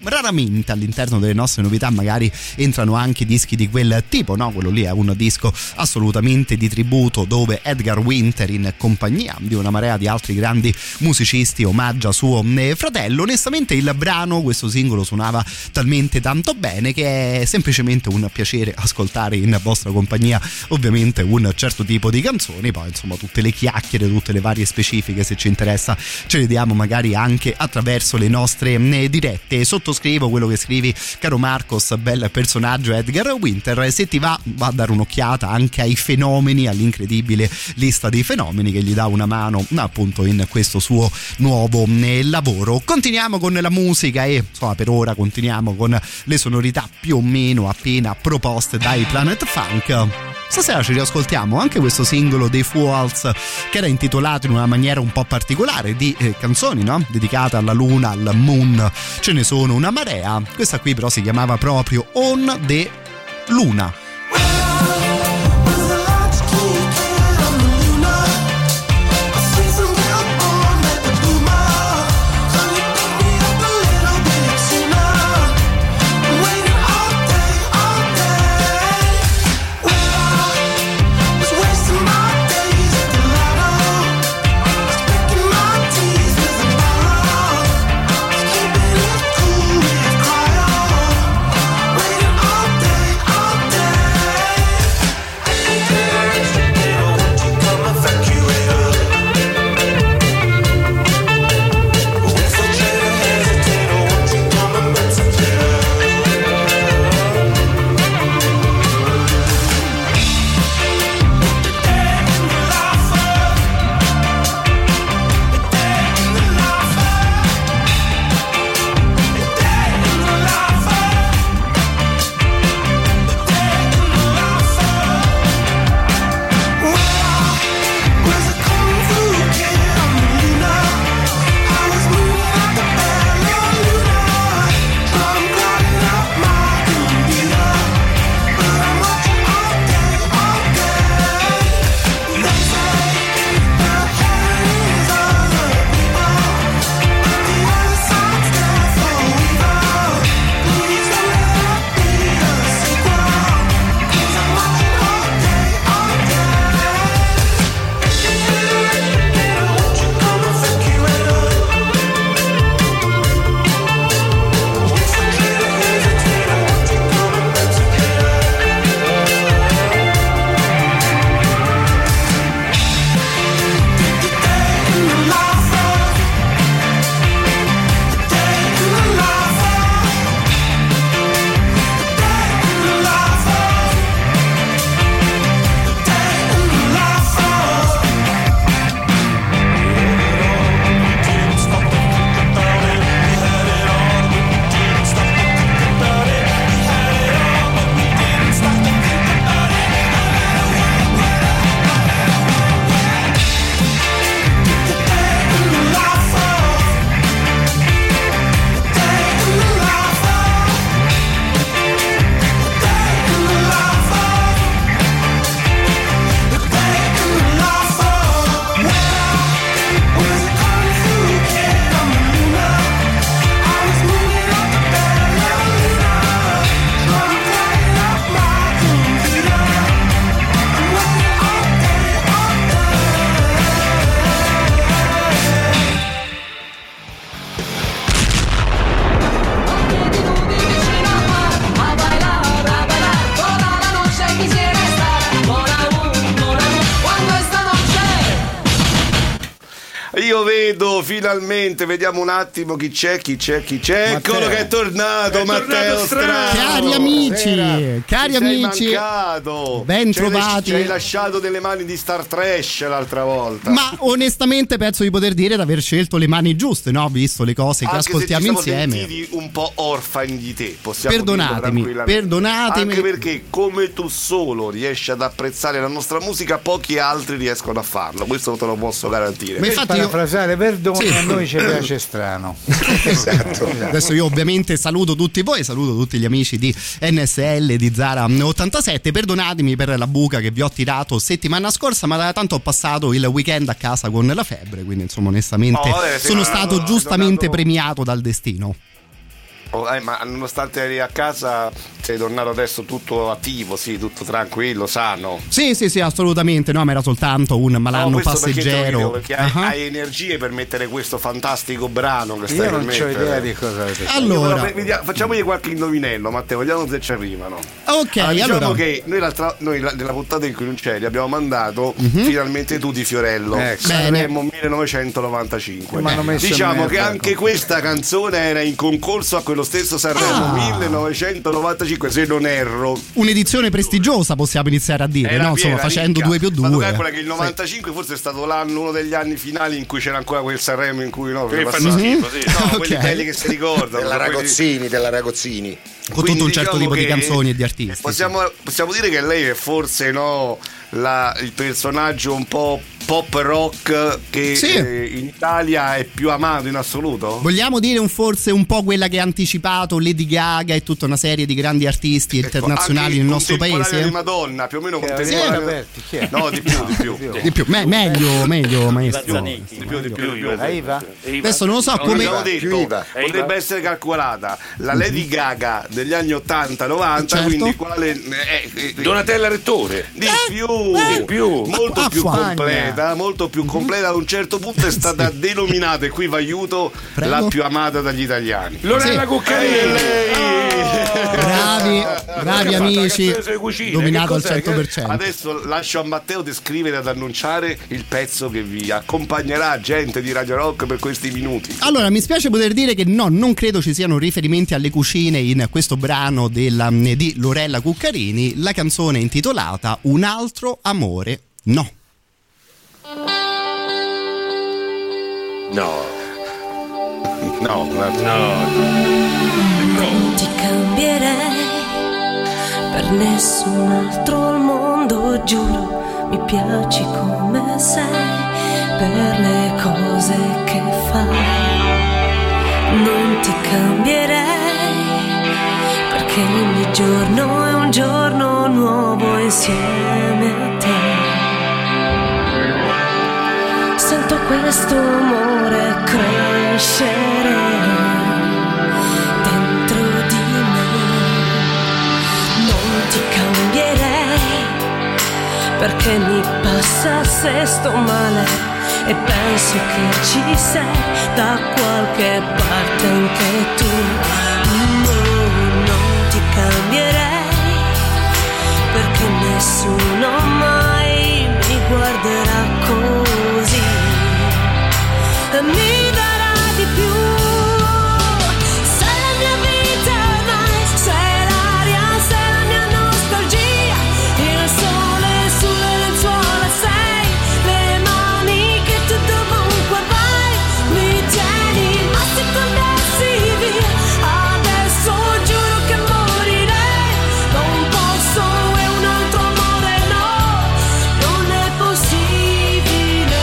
raramente all'interno delle nostre novità magari entrano anche dischi di quel tipo, no? Quello lì è un disco assolutamente di tributo dove Edgar Winter, in compagnia di una marea di altri grandi musicisti, omaggia suo fratello. Onestamente il brano, questo singolo, suonava talmente tanto bene che è semplicemente un piacere ascoltare in vostra compagnia ovviamente un certo tipo di canzoni. Poi insomma tutte le chiacchiere, tutte le varie specifiche, se ci interessa ce le diamo magari anche attraverso le nostre dirette. Sottoscrivo quello che scrivi, caro Marcos, bel personaggio Edgar Winter. Se ti va, va a dare un'occhiata anche ai fenomeni, all'incredibile lista dei fenomeni che gli dà una mano appunto in questo suo nuovo lavoro. Continuiamo con la musica e insomma per ora continuiamo con le sonorità più o meno appena proposte dai Planet Funk. Stasera ci riascoltiamo anche questo singolo dei Fools che era intitolato in una maniera un po' particolare, di eh, canzoni, no? Dedicate alla luna, al moon, ce ne sono una marea. Questa qui però si chiamava proprio On the Luna. Io vedo finalmente, vediamo un attimo chi c'è, chi c'è, chi c'è. Matteo. Eccolo che è tornato, È Matteo tornato Strano. Cari amici, Buonasera. cari Ti sei amici, mancato. ben Ci hai trovati. lasci- Ci hai lasciato delle mani di Star Trash l'altra volta. Ma onestamente penso di poter dire di aver scelto le mani giuste, no? Visto le cose che Anche ascoltiamo se ci insieme. siamo sentiti un po' orfani di te, possiamo Perdonatemi, dirlo tranquillamente. perdonatemi. Anche perché come tu solo riesci ad apprezzare la nostra musica, pochi altri riescono a farlo. Questo te lo posso garantire. Ma infatti io- parafrasare, perdona, Sì. a noi ci piace strano. Esatto. Adesso io ovviamente saluto tutti voi, saluto tutti gli amici di N S L di Zara ottantasette. Perdonatemi per la buca che vi ho tirato settimana scorsa, ma tanto ho passato il weekend a casa con la febbre, quindi insomma onestamente Oh, vabbè, sì, sono ma stato no, giustamente tornato- premiato dal destino. Oh, eh, ma nonostante eri a casa sei tornato adesso tutto attivo, sì, tutto tranquillo, sano. Sì, sì, sì, assolutamente. No, ma era soltanto un malanno no, passeggero. Perché, perché uh-huh. hai, hai energie per mettere questo fantastico brano che stai Io per non mettere. ho idea di cosa avete. Allora, Io, vediamo, facciamogli qualche indovinello, Matteo, vediamo se ci arrivano. Ok, allora, diciamo allora. che noi, l'altra, noi nella puntata in cui non c'eri abbiamo mandato uh-huh. Finalmente tu di Fiorello, eh, Sanremo millenovecentonovantacinque. Diciamo che anche questa canzone era in concorso a quello stesso Sanremo ah. millenovecentonovantacinque, se non erro. Un'edizione prestigiosa, possiamo iniziare a dire, era no? Insomma, facendo due più due. Ma tu calcola che il novantacinque sì. forse è stato l'anno, uno degli anni finali in cui c'era ancora quel Sanremo in cui no, che fanno schifo, sì. no okay. quelli belli che si ricordano, della Ragozzini, della Ragozzini. Con tutto un certo diciamo tipo di canzoni e di artisti. Possiamo, sì. possiamo dire che lei è forse no la, il personaggio un po' pop rock che sì. eh, in Italia è più amato in assoluto? Vogliamo dire un, forse un po' quella che ha anticipato Lady Gaga e tutta una serie di grandi artisti ecco, internazionali nel nostro paese? Di Madonna, più o meno contemporanea. Sì. No, di più, di più. Di più. Me- meglio, meglio, maestro. Di più, di più, di più. Iva? Adesso non lo so come detto, potrebbe essere calcolata la Lady Gaga degli anni ottanta novanta, certo. quindi quale eh, eh, Donatella Rettore. Di eh, più, eh, di più, molto ah, più fagna. completa, molto più completa. Ad un certo punto è stata sì. denominata, e qui vi aiuto, Prego. la più amata dagli italiani. Lorella sì. Cuccarini. Oh. Bravi, bravi amici. Dominato al cento per cento. Adesso lascio a Matteo descrivere ed annunciare il pezzo che vi accompagnerà, gente di Radio Rock, per questi minuti. Allora, mi spiace poter dire che no, non credo ci siano riferimenti alle cucine in questo brano della, di Lorella Cuccarini. La canzone è intitolata Un altro amore no. No. No, no, no. Non ti cambierei per nessun altro al mondo, giuro, mi piaci come sei, per le cose che fai. Non ti cambierei perché ogni giorno è un giorno nuovo insieme a te. Sento questo amore crescere dentro di me. Non ti cambierei perché mi passa se sto male e penso che ci sei da qualche parte anche tu. No, non ti cambierei perché nessuno mai mi guarderà così e mi darà di più. Sei la mia vita ormai, sei l'aria, sei la mia nostalgia, il sole sulle lenzuola, sei le mani che tu dovunque vai mi tieni, ma se tu andassi via adesso giuro che morirei. Non posso, è un altro amore no, non è possibile.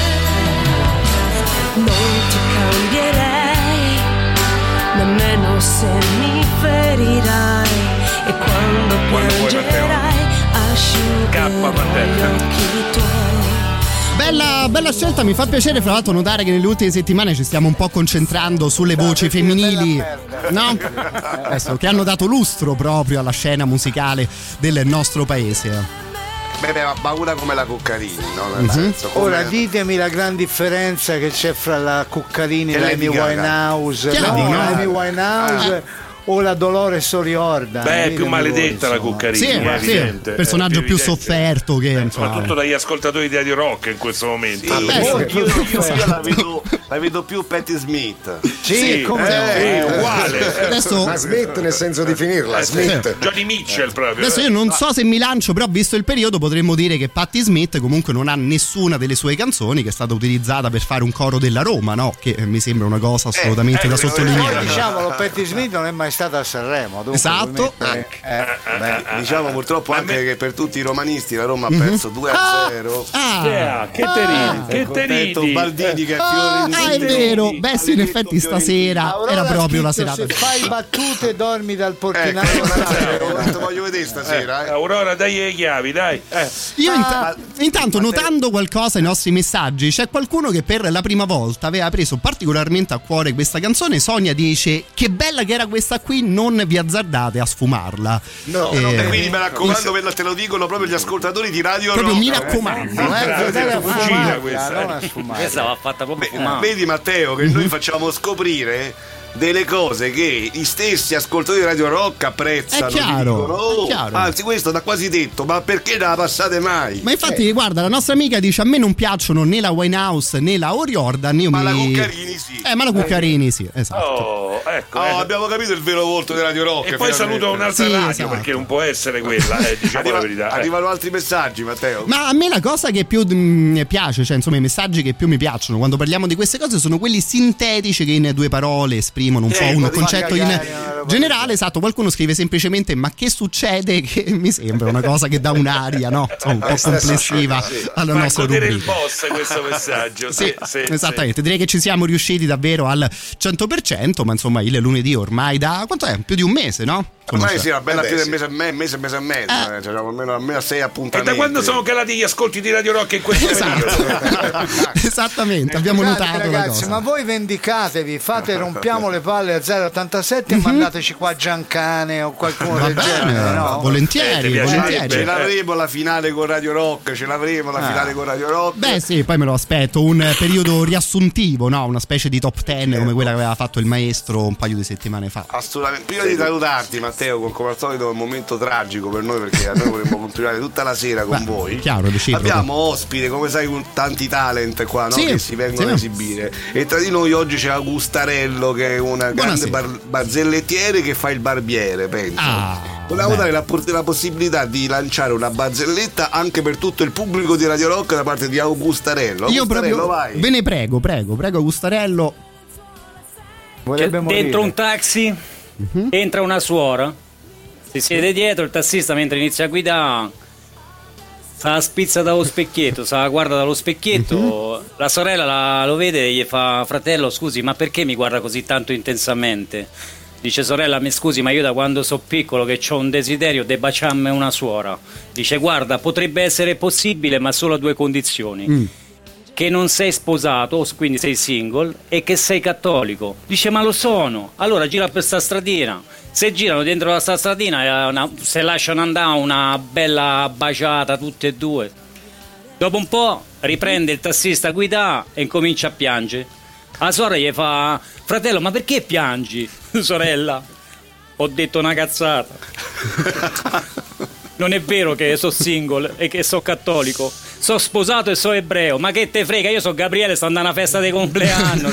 Non ti cambierei nemmeno se mi ferirai e quando piangerai asciugherai gli occhi tuoi. Bella, bella scelta, mi fa piacere fra l'altro notare che nelle ultime settimane ci stiamo un po' concentrando sulle voci femminili, no? Adesso, che hanno dato lustro proprio alla scena musicale del nostro paese. Beh, beh, ma una come la Cuccarini, no? Nel Mm-hmm. senso, come... Ora ditemi la gran differenza che c'è fra la Cuccarini e l'Amy Winehouse. Chiaro, no, no? l'Amy Winehouse ah. o la Dolores O'Riordan. Beh, è più maledetta voi, la Cuccarini, sì, è sì, evidente. personaggio più, più evidente. sofferto che Beh, insomma. soprattutto dagli ascoltatori di Radio Rock in questo momento. Sì, Beh, io, sì. io, io, io la, vedo, la vedo più Patti Smith. Sì, sì, come eh, no? sì, uguale. Adesso, Ma Smith nel senso di finirla, Smith. Johnny Mitchell proprio. adesso io non so se mi lancio, però visto il periodo potremmo dire che Patti Smith comunque non ha nessuna delle sue canzoni che è stata utilizzata per fare un coro della Roma, no? Che eh, mi sembra una cosa assolutamente eh, da eh, sottolineare. Eh, diciamolo, Patti Smith non è mai stata a Sanremo. Dunque, Esatto. eh, eh, Beh, diciamo purtroppo anche che per tutti i romanisti la Roma ha perso due a zero. Ah, Yeah, che ah, teridi, che Ecco, detto teridi. Baldini che ah, Fiorentino. ah, è vero. Beh sì, in effetti stasera Aurora era proprio la scritto, serata. Se fai battute dormi dal portinaio. Ecco, ho detto, voglio vedere stasera. Eh. Aurora, dai le chiavi, dai. Eh. Io int- Ah, intanto notando qualcosa ai nostri messaggi, c'è qualcuno che per la prima volta aveva preso particolarmente a cuore questa canzone. Sonia dice: che bella che era questa qui non vi azzardate a sfumarla. No, eh, no, e quindi mi raccomando, il... te lo dicono proprio gli ascoltatori di Radio proprio Rock. Mi raccomando, eh. eh. Fucina questa. Non a sfumare. Questa va fatta proprio Beh, fumare. vedi Matteo che noi facciamo scoprire delle cose che gli stessi ascoltatori di Radio Rock apprezzano. È chiaro, dicono, oh, è chiaro. Anzi, questo da quasi detto, ma perché non la passate mai? Ma infatti, eh. guarda, la nostra amica dice: a me non piacciono né la Winehouse né la O'Riordan. Io ma mi... la Cuccarini sì. Eh, ma la Cuccarini sì, esatto. Oh, ecco, oh, eh. abbiamo capito il vero volto di Radio Rock. E poi saluto un'altra sì, radio esatto. perché non può essere quella, eh, diciamo Arriva, la verità. Arrivano eh. altri messaggi, Matteo. Ma a me la cosa che più mi piace, cioè insomma i messaggi che più mi piacciono quando parliamo di queste cose sono quelli sintetici che in due parole esprimono un eh, po' un concetto in generale. Esatto, qualcuno scrive semplicemente: ma che succede? Che mi sembra una cosa che dà un'aria, no? Insomma, un po' complessiva alla Fa nostra godere rubrica. il boss questo messaggio. Sì, sì, sì, esattamente, sì. direi che ci siamo riusciti davvero al cento per cento, ma insomma il lunedì ormai da quanto è? Più di un mese, no? Ormai sì, una bella Eh beh, più del sì. mese e me- mese, mese e mezzo, eh. eh, cioè, almeno, almeno sei E appuntamenti. da quando sono calati gli ascolti di Radio Rock in questo Esatto. periodo? Esattamente, abbiamo Scusate, notato la ragazzi, cosa. ma voi vendicatevi, fate rompiamo le palle a zero ottantasette e mandateci qua Giancane o qualcuno Va del bene, genere, no? volentieri, Eh, ti piace? volentieri. Ce l'avremo la finale con Radio Rock, ce l'avremo la Ah. finale con Radio Rock. Beh sì, poi me lo aspetto, un periodo riassuntivo, no? Una specie di top ten come quella che aveva fatto il maestro un paio di settimane fa. Assolutamente. Prima di salutarti, Matteo, con come al solito è un momento tragico per noi perché a noi vorremmo continuare tutta la sera con Beh, voi. chiaro, reciproco. Abbiamo ospite, come sai, con tanti talent qua, no? Sì, che si vengono sì. a esibire. E tra di noi oggi c'è Augustarello, che è una grande Buonasera. bar- barzellettiere che fa il barbiere, penso. Ah, Volevamo beh. dare la, la possibilità di lanciare una barzelletta anche per tutto il pubblico di Radio Rock da parte di Augustarello. Io Augustarello, proprio vai. ve ne prego, prego, prego Augustarello. Vorrebbe Cioè, morire. dentro un taxi entra una suora, si siede dietro, il tassista mentre inizia a guidare se la spizza dallo specchietto, se la guarda dallo specchietto, la sorella la- lo vede e gli fa: fratello scusi, ma perché mi guarda così tanto intensamente? Dice: sorella, mi scusi, ma io da quando so piccolo che ho un desiderio di baciarmi una suora. Dice: guarda, potrebbe essere possibile ma solo a due condizioni. Mm. Che non sei sposato, quindi sei single, e che sei cattolico. Dice: ma lo sono. Allora gira per sta stradina. Se girano dentro la sta stradina, è una- se lasciano andare una bella baciata tutte e due. Dopo un po' riprende il tassista a guidare e incomincia a piangere. La sorella gli fa: fratello, ma perché piangi? Sorella, ho detto una cazzata. Non è vero che sono single e che sono cattolico. Sono sposato e sono ebreo. Ma che te frega? Io sono Gabriele, sto andando a una festa di compleanno.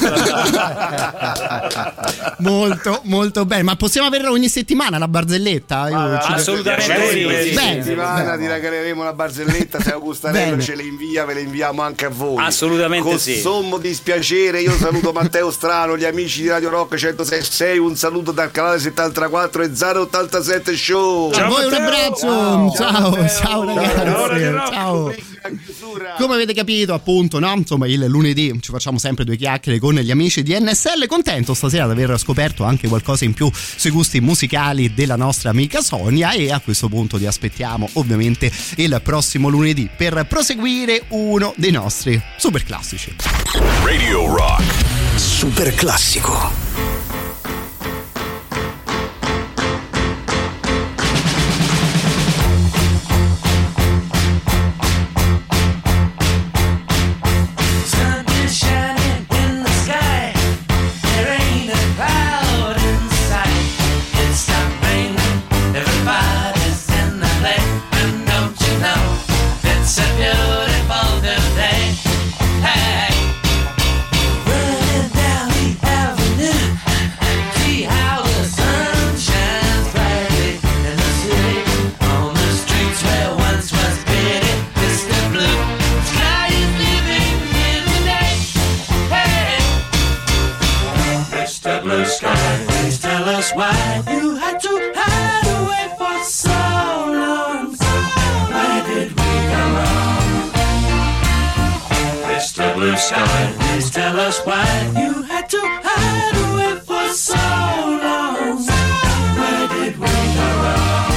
Molto, molto bene. Ma possiamo averla ogni settimana la barzelletta? Io Ah, ci- assolutamente sì, Bene, sì, bene, settimana bene. ti regaleremo la barzelletta. Se Augustarello Bene. ce le invia, ve le inviamo anche a voi. Assolutamente con sì. sommo dispiacere io saluto Matteo Strano, gli amici di Radio Rock centosei e sei, un saluto dal canale settantaquattro e zero ottantasette Show. A voi un abbraccio, ciao, ciao, ragazzi, ciao. Come avete capito, appunto, no? Insomma, il lunedì ci facciamo sempre due chiacchiere con gli amici di N S L. Contento stasera di aver scoperto anche qualcosa in più sui gusti musicali della nostra amica Sonia, e a questo punto vi aspettiamo ovviamente il prossimo lunedì per proseguire uno dei nostri super classici. Radio Rock. Super classico. Sun is shining in the sky. There ain't a cloud in sight. It stopped raining. Everybody's in the lake. And don't you know it's a beautiful new day? Hey, running down the avenue. See how the sun shines brightly in the city. On the streets where once was pity, it's the blue sky is living here today. Hey, Mister Blue Sky, please tell us why you had to hide away for so long. Where did we go wrong? Mister Blue Sky, please tell us why you had to hide away for so long. Where did we go wrong?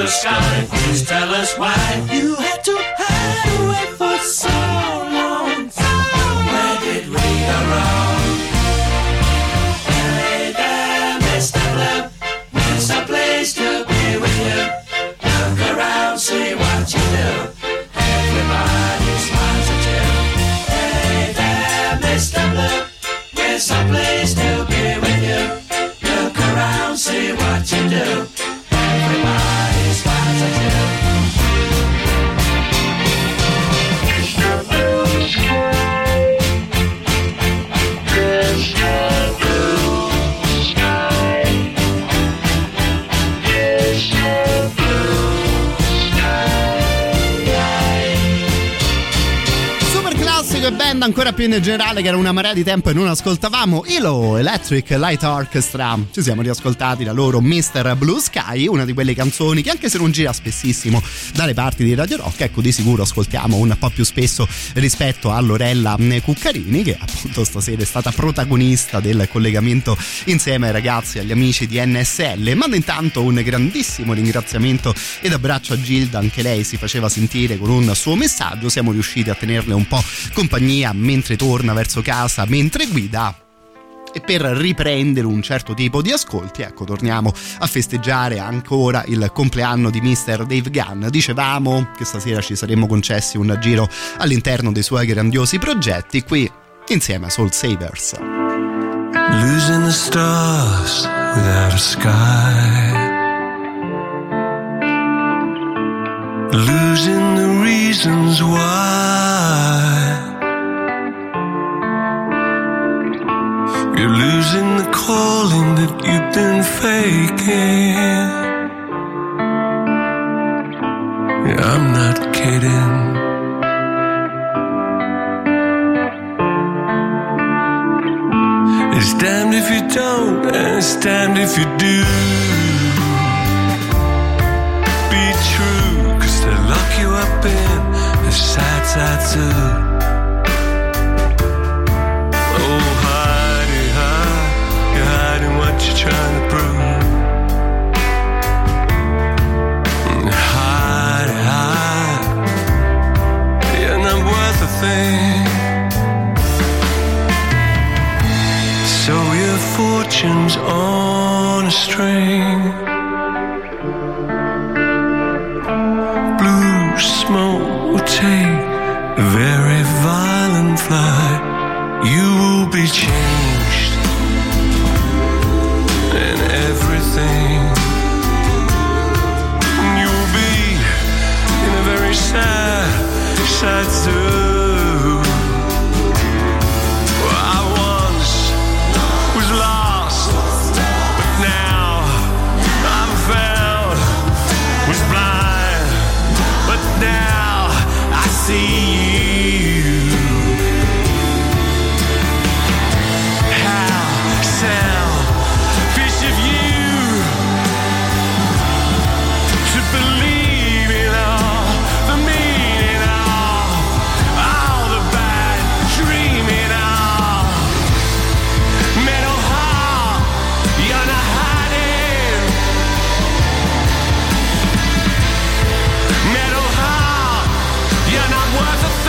sky. Please tell us why you had to hide away for so long. Where did we go wrong? Hey there, Mister Blue, it's a place to be with you. Look around, see what you do. Everybody smiles at you. Hey there, Mister Blue, it's a place to be with you. Look around, see what you do. Everybody smiles at you. E band ancora più in generale che era una marea di tempo e non ascoltavamo, E L O, Electric Light Orchestra. Ci siamo riascoltati la loro mister Blue Sky, una di quelle canzoni che anche se non gira spessissimo dalle parti di Radio Rock, ecco, di sicuro ascoltiamo un po' più spesso rispetto a Lorella Cuccarini, che appunto stasera è stata protagonista del collegamento insieme ai ragazzi e agli amici di N S L. Mando intanto un grandissimo ringraziamento ed abbraccio a Gilda, anche lei si faceva sentire con un suo messaggio. Siamo riusciti a tenerle un po' compagnia mentre torna verso casa, mentre guida. E per riprendere un certo tipo di ascolti, ecco, torniamo a festeggiare ancora il compleanno di mister Dave Gunn. Dicevamo che stasera ci saremmo concessi un giro all'interno dei suoi grandiosi progetti, qui insieme a Soul Savers. Losing the stars without a sky, losing the reasons why. You're losing the calling that you've been faking. Yeah, I'm not kidding. It's damned if you don't, and it's damned if you do. Be true, 'cause they lock you up in the sad, sad zoo. Oh, hidey, hide, you're hiding what you're trying to prove. Hidey, hide, you're not worth a thing. So your fortune's on a string. Blue smoke will take a very violent flight. You will be changed in everything. You will be in a very sad, sad zoo. I once was lost, but now I'm found. Was blind, but now I see you. How selfish of you to believe in all the meaning, all, all the bad dreaming, all. Metal heart, you're not hiding. Metal heart, you're not worth a thing.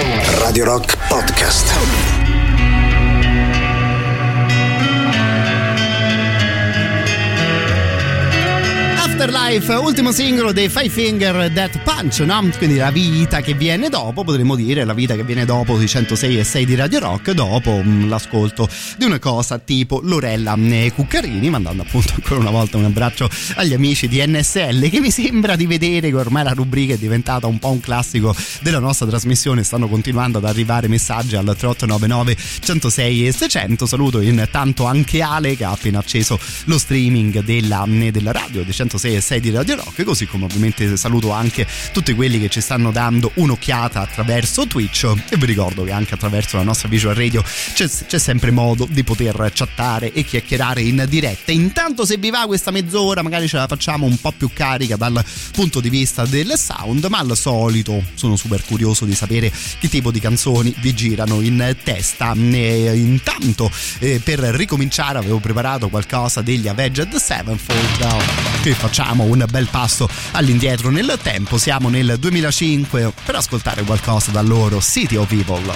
Radio Rock Podcast. Afterlife, ultimo singolo dei Five Finger Death Punch, no? Quindi la vita che viene dopo, potremmo dire, la vita che viene dopo i centosei e sei di Radio Rock, dopo mh, l'ascolto di una cosa tipo Lorella Cuccarini, mandando appunto ancora una volta un abbraccio agli amici di N S L, che mi sembra di vedere che ormai la rubrica è diventata un po' un classico della nostra trasmissione. Stanno continuando ad arrivare messaggi al tre otto nove nove centosei e seicento. Saluto intanto anche Ale, che ha appena acceso lo streaming della, della radio dei centosei e sei di Radio Rock, così come ovviamente saluto anche tutti quelli che ci stanno dando un'occhiata attraverso Twitch, e vi ricordo che anche attraverso la nostra visual radio c'è, c'è sempre modo di poter chattare e chiacchierare in diretta. Intanto, se vi va questa mezz'ora, magari ce la facciamo un po' più carica dal punto di vista del sound, ma al solito sono super curioso di sapere che tipo di canzoni vi girano in testa. E intanto eh, per ricominciare avevo preparato qualcosa degli Avenged Sevenfold, che facciamo un bel passo all'indietro nel tempo. Siamo nel duemilacinque per ascoltare qualcosa da loro, City of Evil.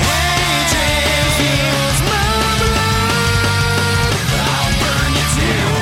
I'll burn you down.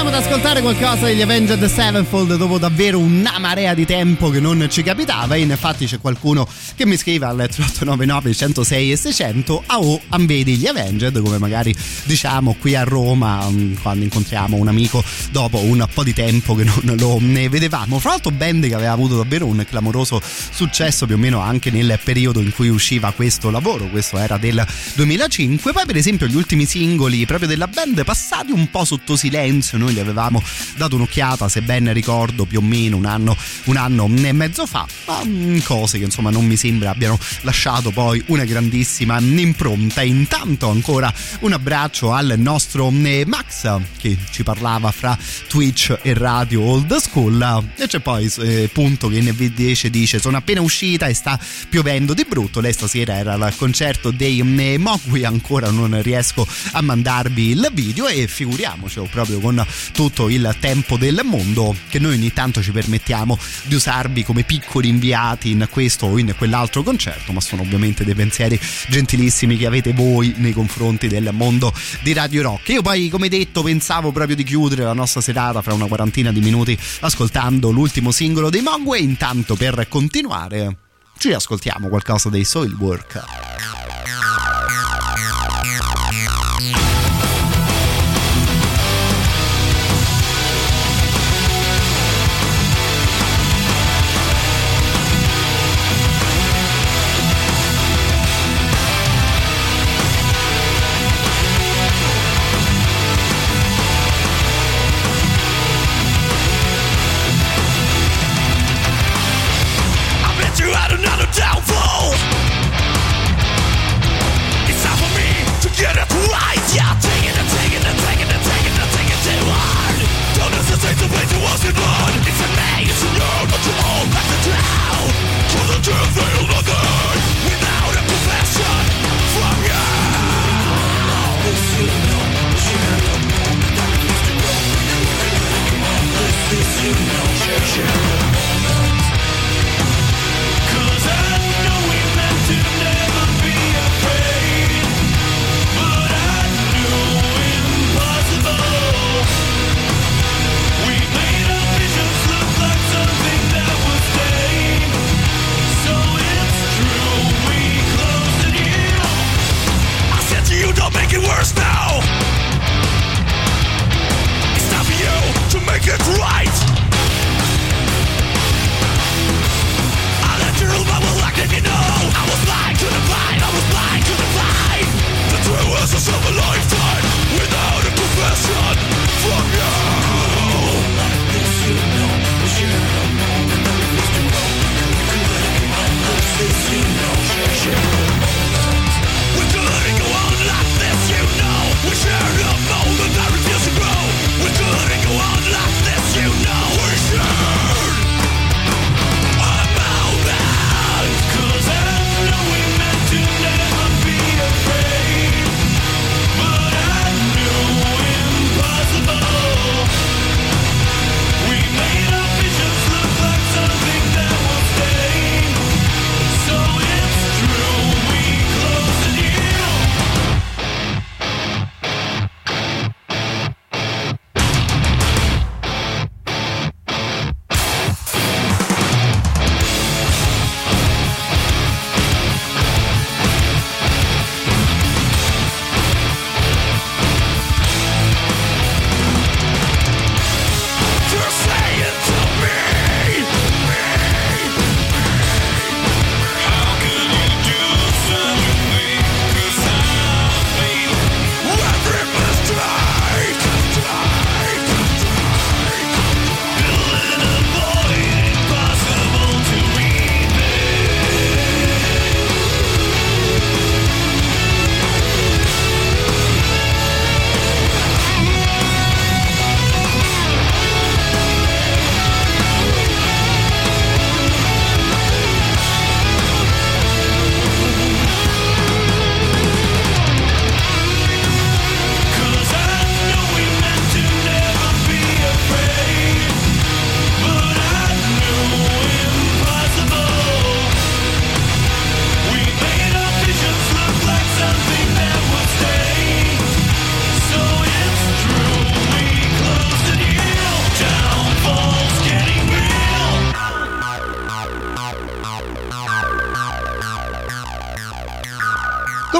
Andiamo ad ascoltare qualcosa degli Avenged Sevenfold dopo davvero una marea di tempo che non ci capitava. E infatti c'è qualcuno che mi scrive al tre otto nove nove uno zero sei e seicento: ah oh, vedi gli Avenged, come magari diciamo qui a Roma quando incontriamo un amico dopo un po' di tempo che non lo ne vedevamo. Fra l'altro band che aveva avuto davvero un clamoroso successo più o meno anche nel periodo in cui usciva questo lavoro. Questo era del duemilacinque. Poi per esempio gli ultimi singoli proprio della band passati un po' sotto silenzio, noi gli avevamo dato un'occhiata, se ben ricordo, più o meno un anno un anno e mezzo fa, ma cose che insomma non mi sembra abbiano lasciato poi una grandissima impronta. Intanto ancora un abbraccio al nostro Max che ci parlava fra Twitch e radio old school, e c'è poi eh, Punto che invece dice: sono appena uscita e sta piovendo di brutto. Lei stasera era al concerto dei Mogwai, ancora non riesco a mandarvi il video, e figuriamoci proprio con tutto il tempo del mondo che noi ogni tanto ci permettiamo di usarvi come piccoli inviati in questo o in quell'altro concerto, ma sono ovviamente dei pensieri gentilissimi che avete voi nei confronti del mondo di Radio Rock. Io poi, come detto, pensavo proprio di chiudere la nostra serata fra una quarantina di minuti ascoltando l'ultimo singolo dei Mogwai. Intanto, per continuare, ci ascoltiamo qualcosa dei Soilwork. Downfall. It's time for me to get it right. Yeah, taking it, taking it, taking it, taking it, taking it too hard. Don't hesitate to face it once in blood. It's a me, it's a you, but you all back to down. For the truth, they'll nothing without a confession from you. This is no channel. This is no channel. Don't make it worse now. It's time for you to make it right.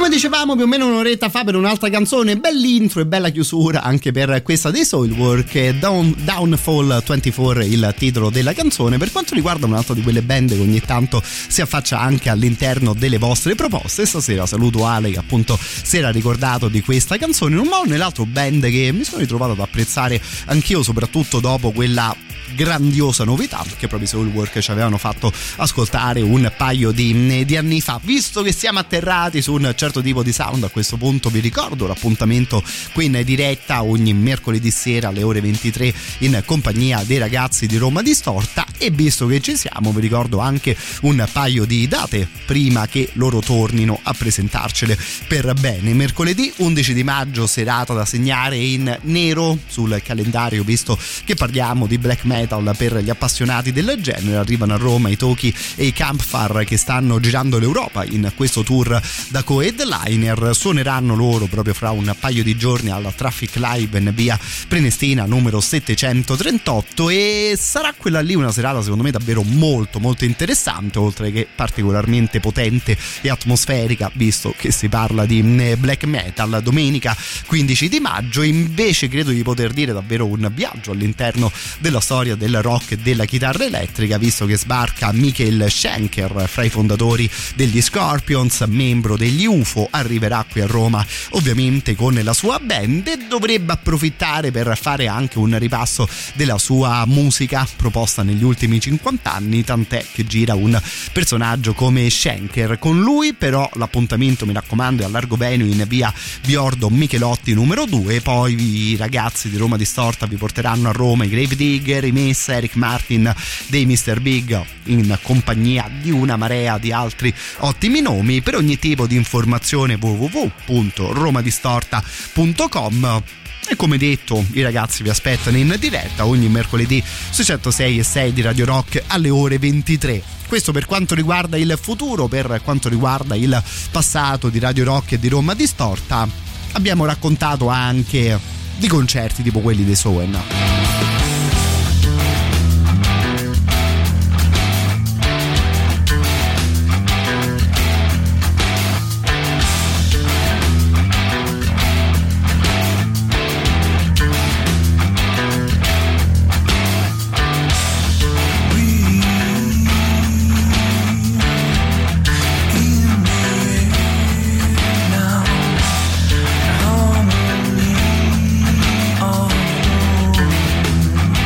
Come dicevamo più o meno un'oretta fa per un'altra canzone, bell'intro e bella chiusura anche per questa dei Soilwork, Down, Downfall ventiquattro il titolo della canzone. Per quanto riguarda un'altra di quelle band che ogni tanto si affaccia anche all'interno delle vostre proposte, stasera saluto Ale che appunto si era ricordato di questa canzone, in un modo o nell'altro band che mi sono ritrovato ad apprezzare anch'io, soprattutto dopo quella grandiosa novità che proprio i Soilwork ci avevano fatto ascoltare un paio di, di anni fa. Visto che siamo atterrati su un certo tipo di sound, a questo punto vi ricordo l'appuntamento qui in diretta ogni mercoledì sera alle ore ventitré in compagnia dei ragazzi di Roma Distorta, e visto che ci siamo vi ricordo anche un paio di date prima che loro tornino a presentarcele per bene. Mercoledì undici di maggio, serata da segnare in nero sul calendario, visto che parliamo di black metal per gli appassionati del genere. Arrivano a Roma i Toki e i Campfire che stanno girando l'Europa in questo tour da co-headliner. Suoneranno loro proprio fra un paio di giorni alla Traffic Live in via Prenestina numero settecentotrentotto, e sarà quella lì una serata secondo me davvero molto molto interessante, oltre che particolarmente potente e atmosferica, visto che si parla di black metal. Domenica quindici di maggio invece credo di poter dire davvero un viaggio all'interno della storia del rock e della chitarra elettrica, visto che sbarca Michael Schenker, fra i fondatori degli Scorpions, membro degli U F O. Arriverà qui a Roma ovviamente con la sua band e dovrebbe approfittare per fare anche un ripasso della sua musica proposta negli ultimi cinquanta anni, tant'è che gira un personaggio come Schenker. Con lui però l'appuntamento, mi raccomando, è a largo venue in via Biordo Michelotti numero due. Poi i ragazzi di Roma Distorta vi porteranno a Roma i Gravedigger, i Messa, Eric Martin dei mister Big, in compagnia di una marea di altri ottimi nomi. Per ogni tipo di informazione w w w punto romadistorta punto com. E come detto, i ragazzi vi aspettano in diretta ogni mercoledì sui centosei e sei di Radio Rock alle ore ventitré. Questo per quanto riguarda il futuro. Per quanto riguarda il passato di Radio Rock e di Roma Distorta, abbiamo raccontato anche di concerti tipo quelli dei Soen. Now, harmony, all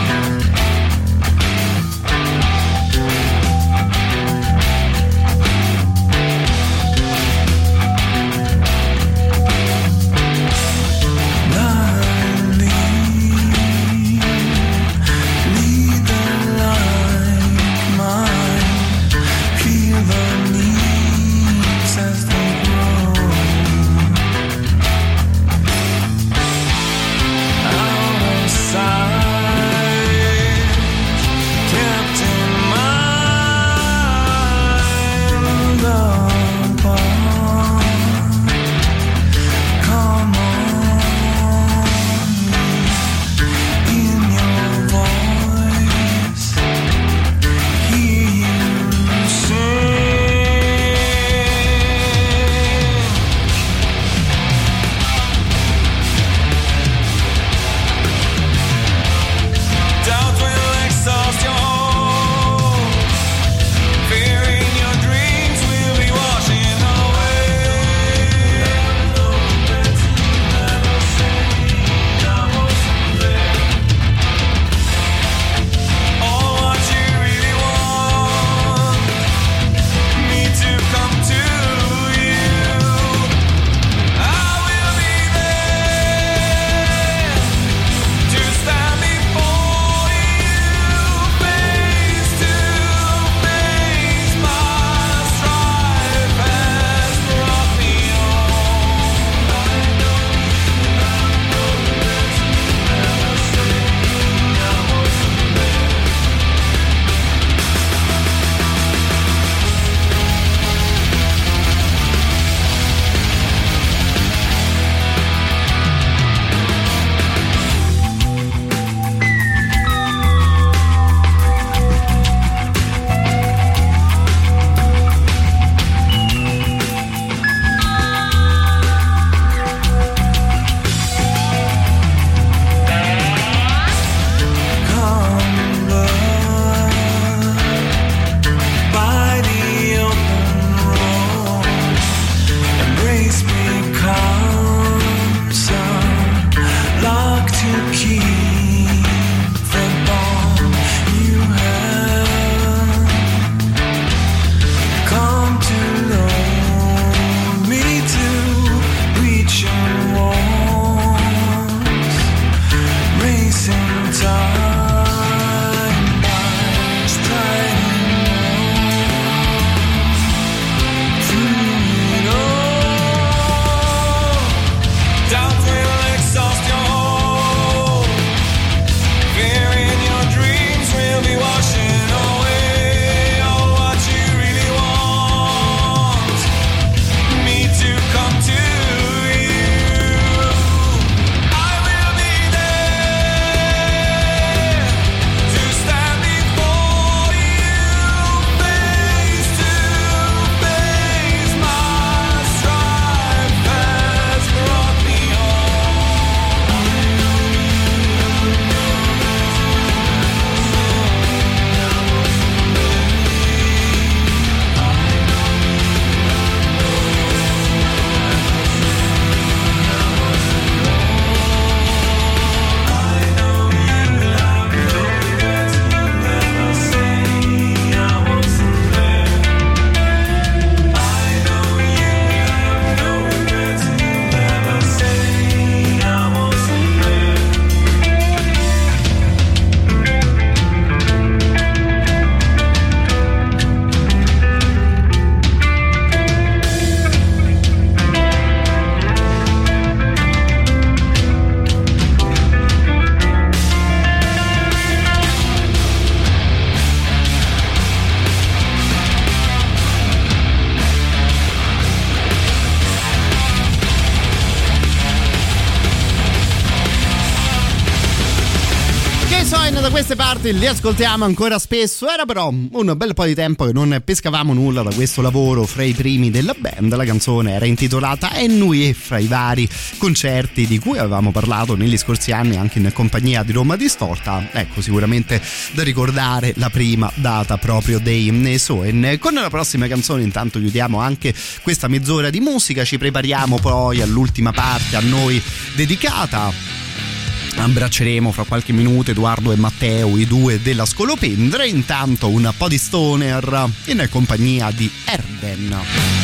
da queste parti li ascoltiamo ancora spesso. Era però un bel po' di tempo che non pescavamo nulla da questo lavoro fra i primi della band. La canzone era intitolata Ennui e fra i vari concerti di cui avevamo parlato negli scorsi anni anche in compagnia di Roma Distorta. Ecco, sicuramente da ricordare la prima data proprio dei Soen. Con la prossima canzone intanto chiudiamo anche questa mezz'ora di musica, ci prepariamo poi all'ultima parte a noi dedicata. Abbracceremo fra qualche minuto Edoardo e Matteo, i due della Scolopendra. Intanto un po' di stoner in compagnia di Erden.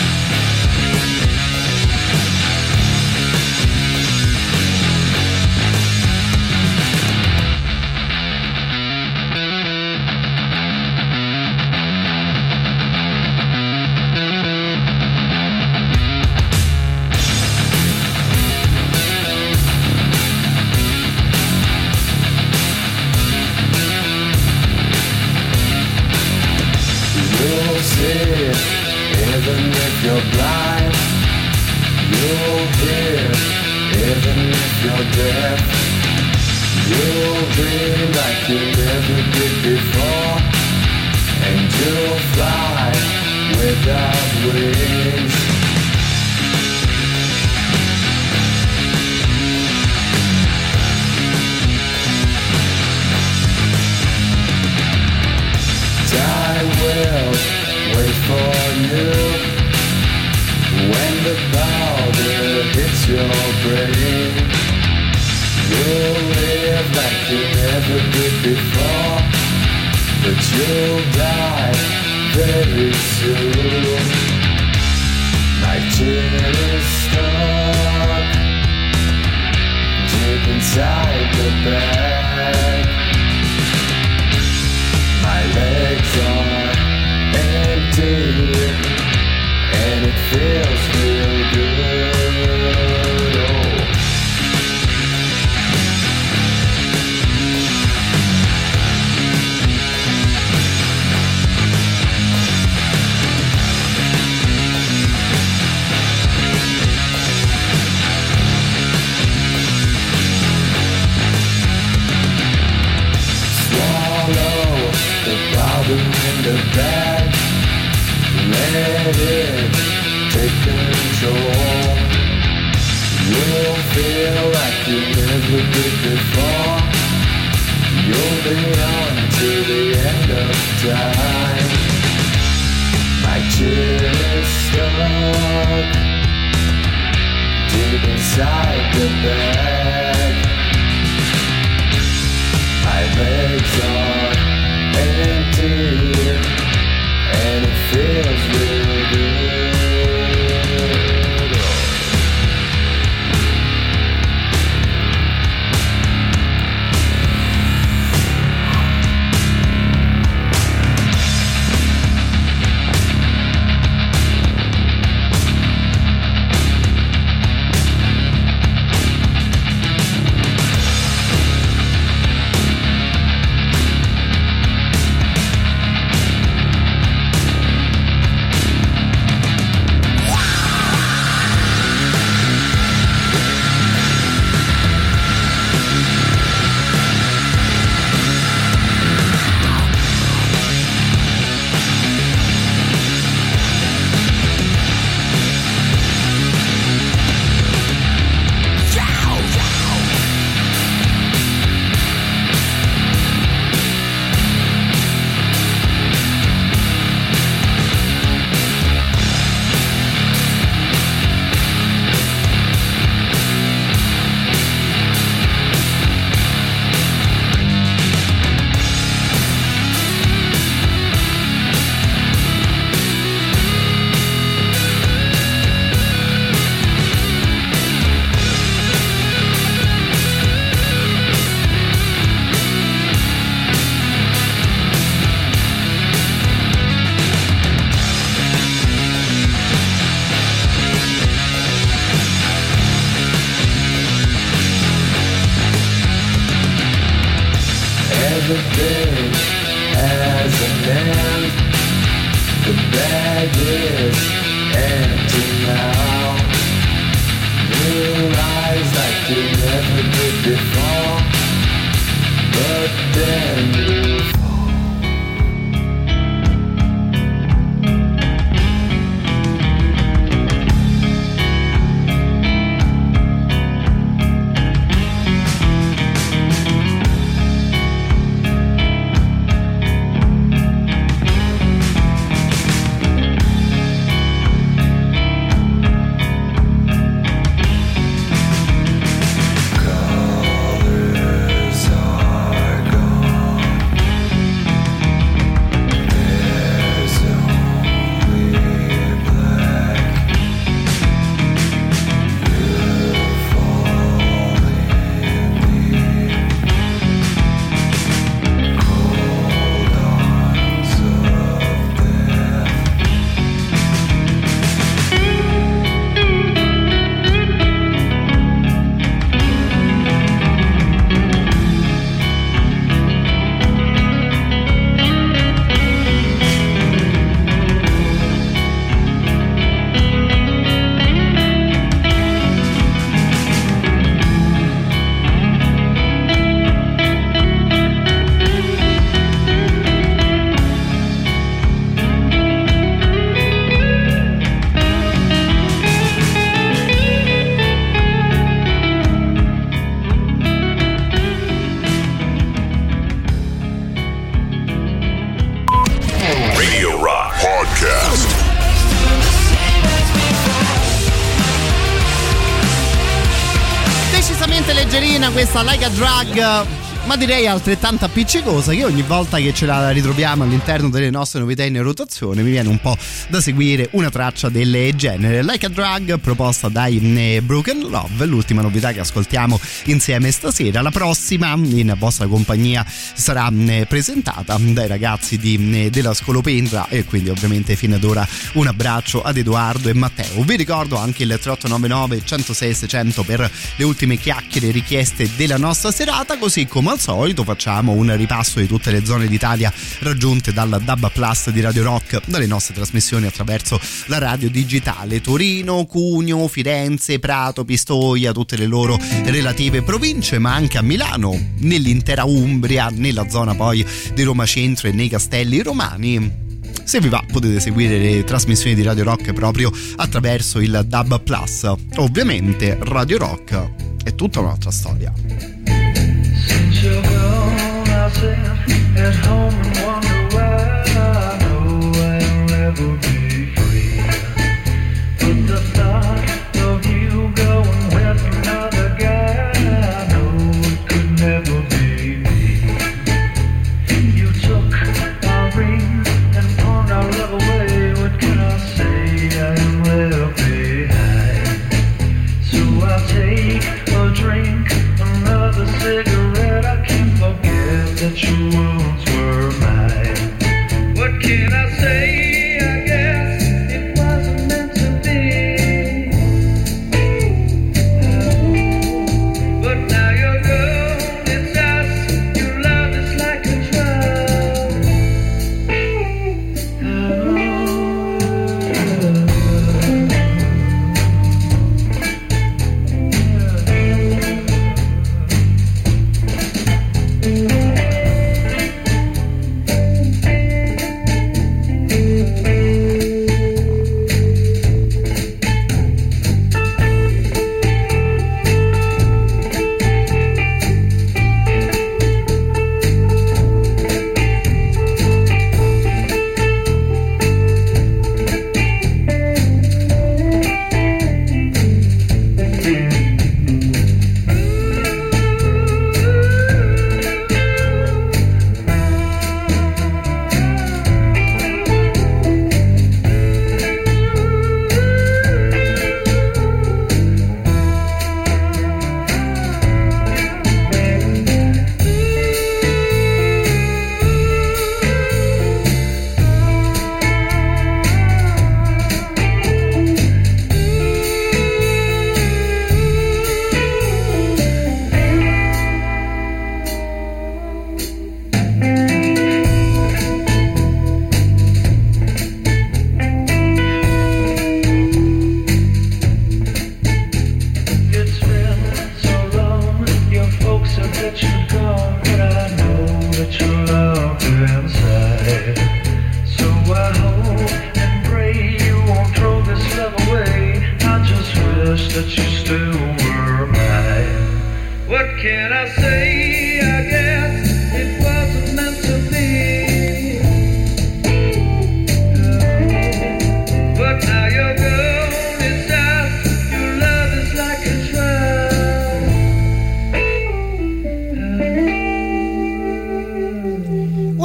Even if you're blind, you'll hear. Even if you're deaf, you'll dream like you never did before, and you'll fly without wings. Time will wait for you when the powder hits your brain. You'll live like you never did before, but you'll die very soon. My chin is stuck deep inside the bag. My legs are empty, and it feels real good. Oh. Swallow the problem in the bag. Let it take control. You'll feel like you never did before. You'll be on to the end of time. My chin is stuck deep inside the bag. My legs are empty, and it feels real good. everything has an end. The bag is empty now. New eyes like you never did before. But then you questa Like a Drug, ma direi altrettanto appiccicosa, che ogni volta che ce la ritroviamo all'interno delle nostre novità in rotazione mi viene un po' da seguire una traccia del genere. Like a Drug, proposta dai Broken Love, l'ultima novità che ascoltiamo insieme stasera. La prossima in vostra compagnia sarà presentata dai ragazzi di, della Scolopendra, e quindi ovviamente fino ad ora un abbraccio ad Edoardo e Matteo. Vi ricordo anche il tre otto nove nove, uno zero sei, sei zero zero per le ultime chiacchiere richieste della nostra serata, così come al solito facciamo un ripasso di tutte le zone d'Italia raggiunte dal D A B Plus di Radio Rock, dalle nostre trasmissioni attraverso la radio digitale. Torino, Cuneo, Firenze, Prato, Pistoia, tutte le loro relative province, ma anche a Milano, nell'intera Umbria, nella zona poi di Roma Centro e nei Castelli Romani. Se vi va potete seguire le trasmissioni di Radio Rock proprio attraverso il D A B Plus. Ovviamente Radio Rock è tutta un'altra storia. You're gone, I sit at home and wonder why. I know I'll never be free. But the thought of you going with another guy, I know it could never be me. You took our ring and pawned our love away. What can I say? I am left behind. So I'll take a drink, another cigarette. I can't forget that your wounds were mine. What can I say? I guess it wasn't meant to be. But now you're gone, it's us. Your love is like a drug.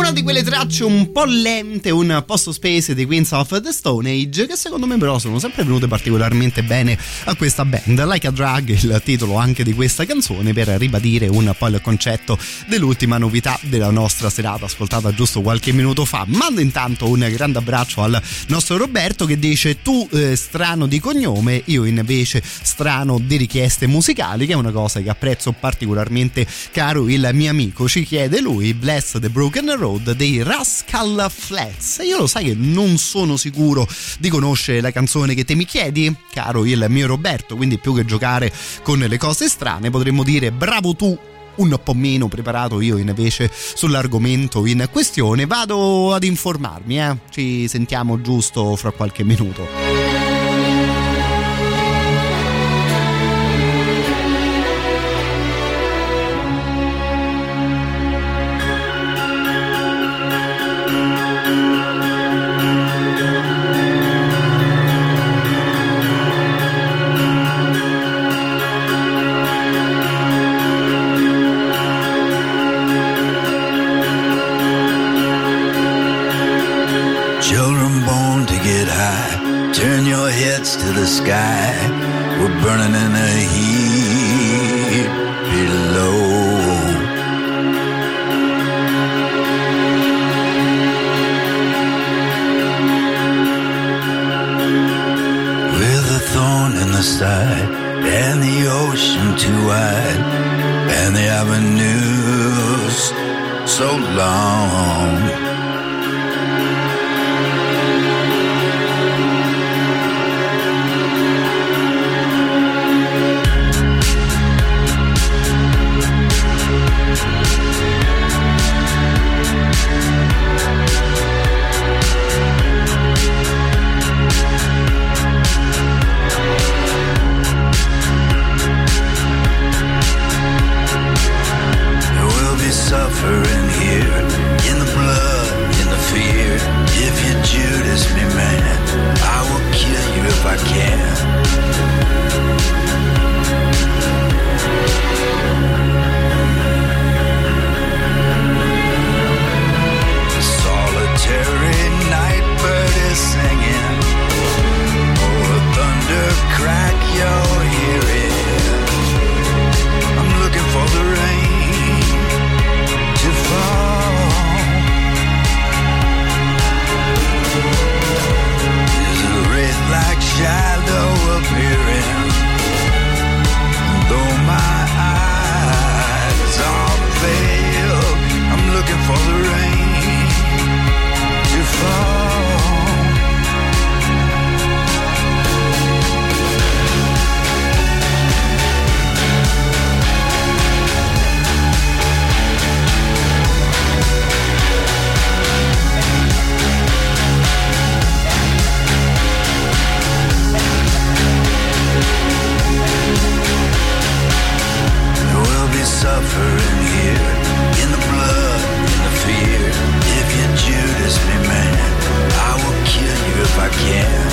una di quelle tracce un po' lente, un posto space dei Queens of the Stone Age, che secondo me però sono sempre venute particolarmente bene a questa band. Like a Drug, il titolo anche di questa canzone, per ribadire un po' il concetto dell'ultima novità della nostra serata, ascoltata giusto qualche minuto fa. Mando intanto un grande abbraccio al nostro Roberto, che dice: tu eh, strano di cognome, io invece strano di richieste musicali, che è una cosa che apprezzo particolarmente, caro il mio amico. Ci chiede lui Bless the Broken Road dei Rascal Flatts. Io lo sai che non sono sicuro di conoscere la canzone che te mi chiedi, caro il mio Roberto, quindi più che giocare con le cose strane potremmo dire bravo tu, un po' meno preparato io invece sull'argomento in questione. Vado ad informarmi, eh? Ci sentiamo giusto fra qualche minuto. To the sky, we're burning in the heat below. With a thorn in the side and the ocean too wide and the avenues so long. Suffering here in the blood, in the fear. If you Judas me, man, I will kill you if I can. Solitary night bird is singing. Oh, thunder crack you're hearing. I'm looking for the rain to fall. There's a wraith-like shadow appearing. Though my eyes are veiled, I'm looking for the rain to fall. Suffering here in the blood, in the fear. If you Judas me, man, I will kill you if I can.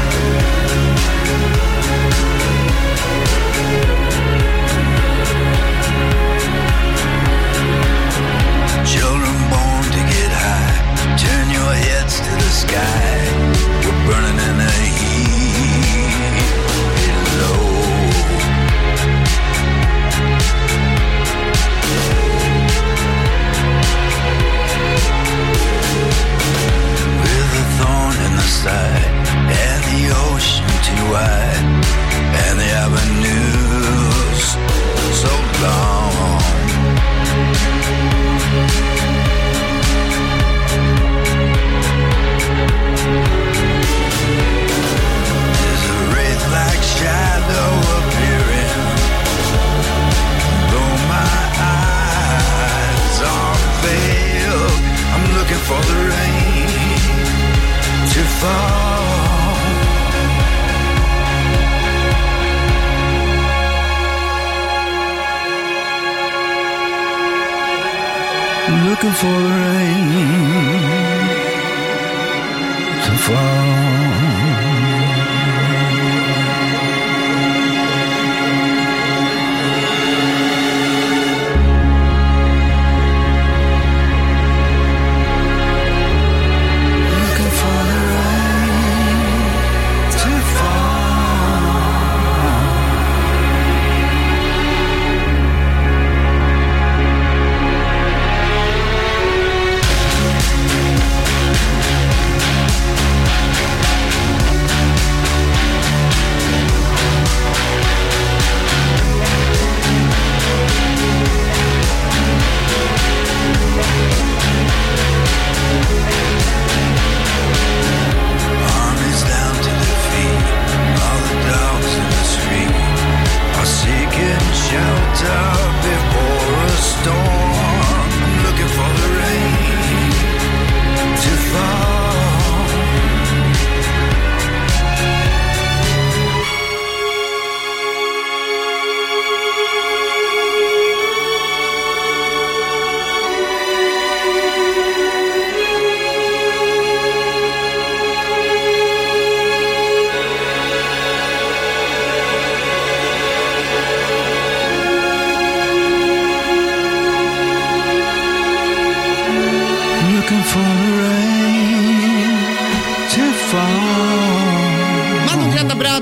Children born to get high, turn your heads to the sky. We're burning in the heat below. Side, and the ocean too wide, and the avenues so long. There's a wraith-like shadow appearing. Though my eyes are veiled, I'm looking for the rain to fall. Looking for the rain to fall.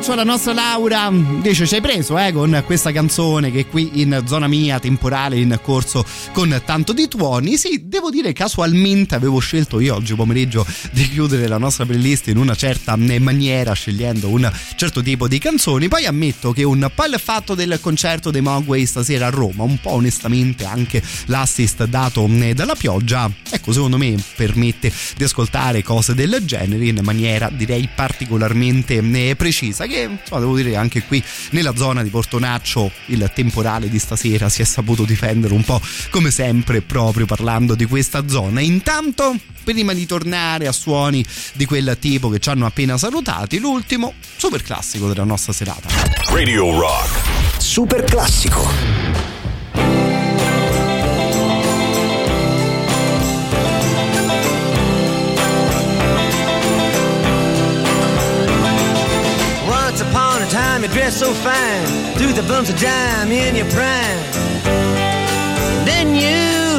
abbraccio alla nostra Laura, dice ci hai preso eh, con questa canzone che qui in zona mia temporale in corso con tanto di tuoni. Sì, devo dire casualmente avevo scelto io oggi pomeriggio di chiudere la nostra playlist in una certa maniera, scegliendo un certo tipo di canzoni. Poi ammetto che un po' il fatto del concerto dei Mogwai stasera a Roma, un po' onestamente anche l'assist dato dalla pioggia, ecco, secondo me permette di ascoltare cose del genere in maniera direi particolarmente precisa, che insomma, devo dire anche qui nella zona di Portonaccio il temporale di stasera si è saputo difendere un po' come sempre, proprio parlando di questa zona. Intanto, prima di tornare a suoni di quel tipo che ci hanno appena salutati, l'ultimo super classico della nostra serata. Radio Rock Super classico. Once upon a time you dressed so fine, threw the bumps of dime in your prime. Then you,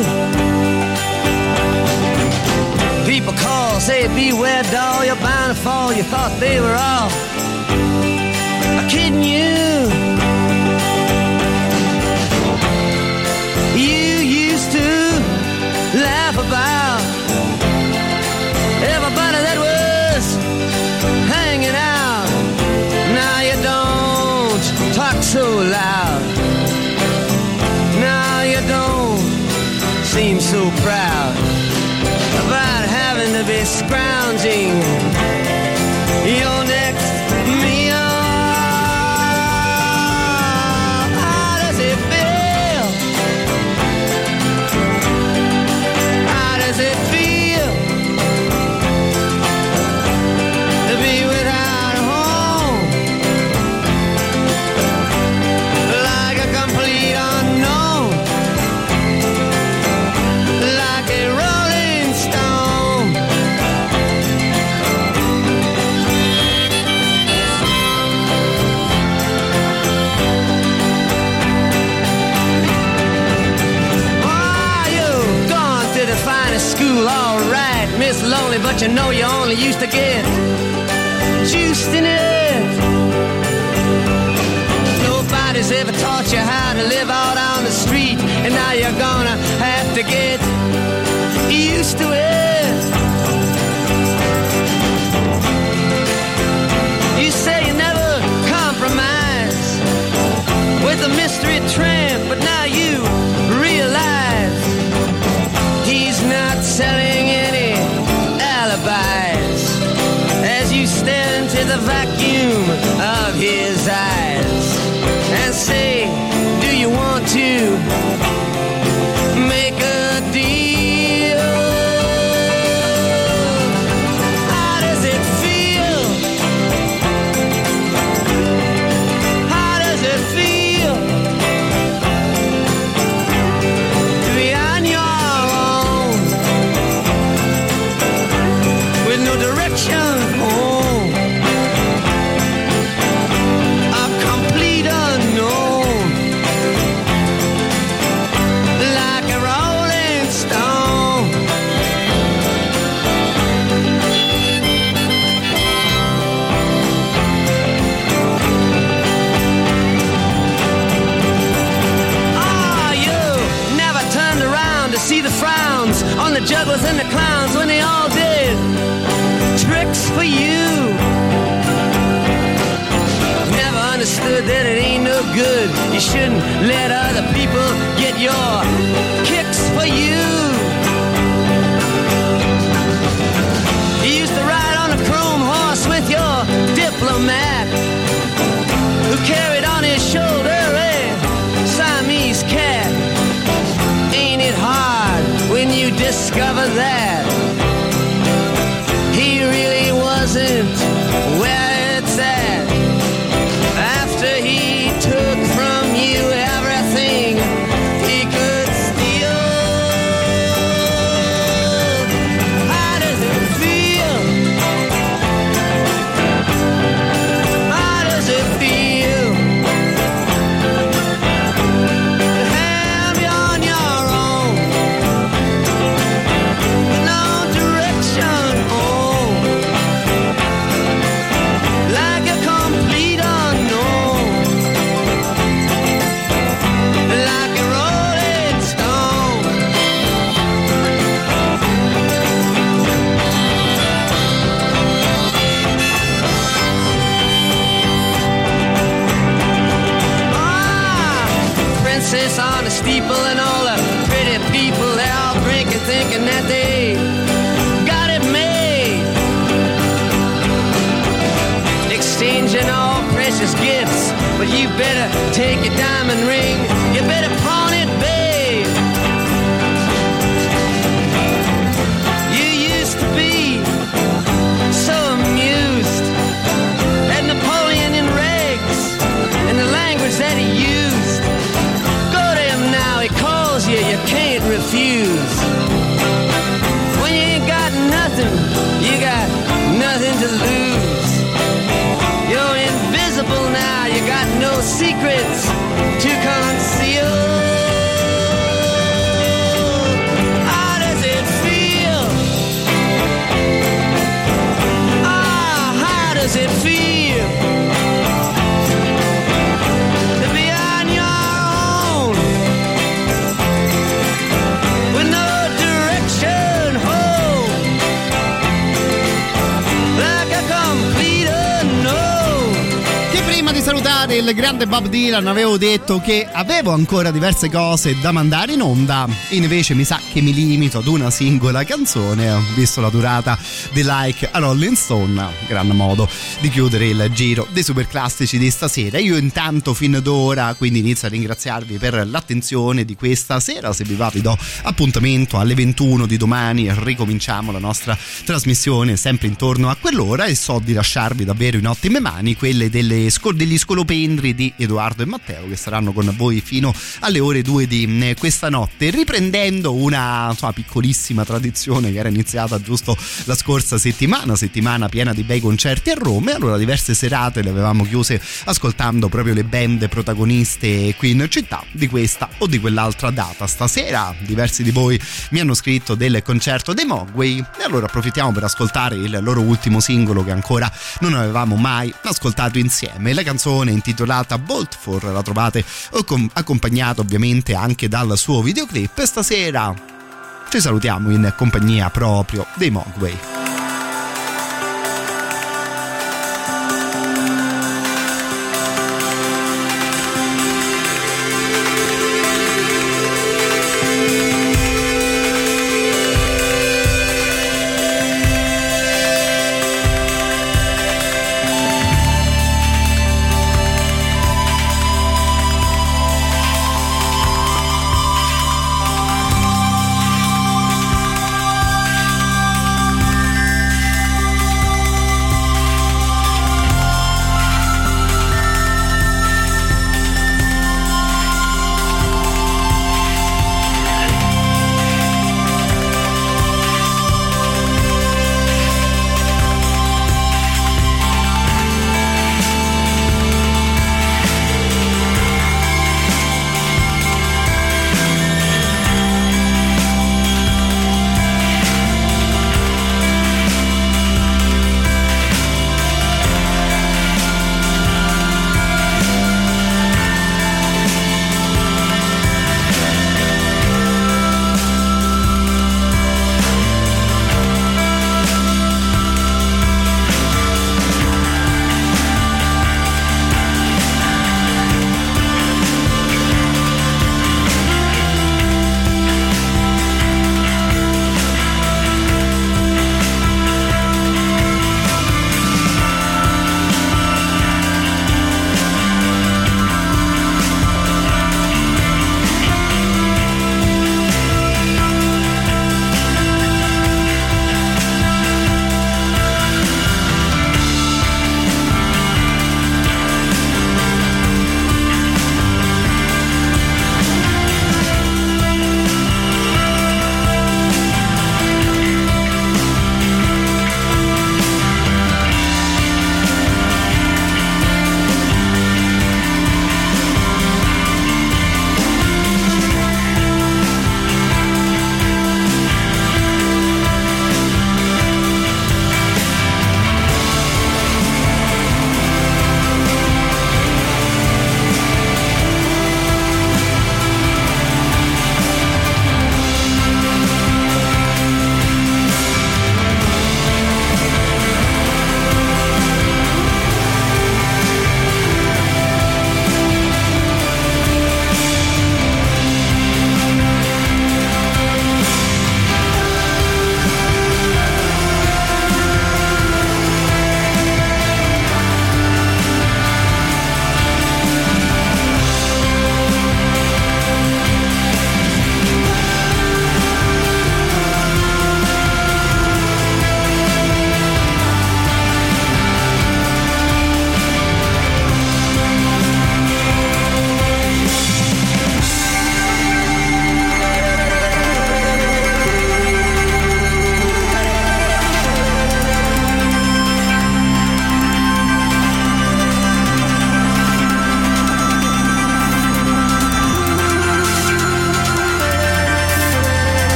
people call, say beware doll, you're bound to fall. You thought they were all kidding you. You used to laugh about everybody that was hanging out. Now you don't talk so loud. Now you don't seem so proud about having to be scrounging your next meal. How does it feel? How does it feel to be without a home? Like a complete unknown, like a rolling stone. Oh, you've gone to the finest school, all right, Miss Lonely, but you know you only used to get juiced in it. Nobody's ever taught you how to live out on the street, and now you're gonna have to get used to it. You say you never compromise with a mystery tramp, but now you realize he's not selling any alibis as you stare into the vacuum of his eyes and say, do you want to make a deal? How does it feel? How does it feel to be on your own with no direction home? A complete unknown, like a rolling stone. Ah, you never turned around to see the frowns on the jugglers and the clowns when they all did tricks for you. Never understood that it ain't no good. You shouldn't let other people get your kicks for you. You used to ride on a chrome horse with your diplomat, who carried on his shoulder a Siamese cat. Ain't it hard when you discover that he really wasn't where it's at? After he took from you everything he could steal. How does it feel? How does it feel to have you on your own? No people and all the pretty people, they're all drinking, thinking that they got it made. Exchanging all precious gifts, but you better take your diamond ring, you better pawn it, babe. You used to be so amused at Napoleon in rags and the language that he used. Go to him now, he calls you, you can't refuse. When you ain't got nothing, you got nothing to lose. You're invisible now, you got no secrets to conceal. How does it feel? Ah, how does it feel to be on your own with no direction home, like a complete unknown? Che prima di salutare il grande Bob Dylan avevo detto che avevo ancora diverse cose da mandare in onda, invece mi sa che mi limito ad una singola canzone, visto la durata di Like a Rolling Stone, gran modo di chiudere il giro dei super classici di stasera. Io intanto fin d'ora quindi inizio a ringraziarvi per l'attenzione di questa sera. Se vi va vi do appuntamento alle ventuno di domani, ricominciamo la nostra trasmissione sempre intorno a quell'ora e so di lasciarvi davvero in ottime mani, quelle delle sco- degli scolopendri di Edoardo e Matteo, che saranno con voi fino alle ore due di questa notte, riprendendo una insomma, piccolissima tradizione che era iniziata giusto la scorsa settimana, settimana piena di bei concerti a Roma. E allora diverse serate le avevamo chiuse ascoltando proprio le band protagoniste qui in città di questa o di quell'altra data. Stasera diversi di voi mi hanno scritto del concerto dei Mogwai e allora approfittiamo per ascoltare il loro ultimo singolo che ancora non avevamo mai ascoltato insieme. La canzone intitolata Bolt For la trovate accompagnata ovviamente anche dal suo videoclip. E stasera ci salutiamo in compagnia proprio dei Mogwai. Thank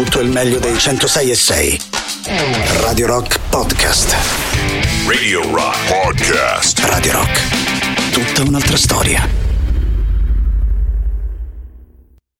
tutto il meglio dei centosei e sei. Radio Rock Podcast. Radio Rock Podcast. Radio Rock. Tutta un'altra storia.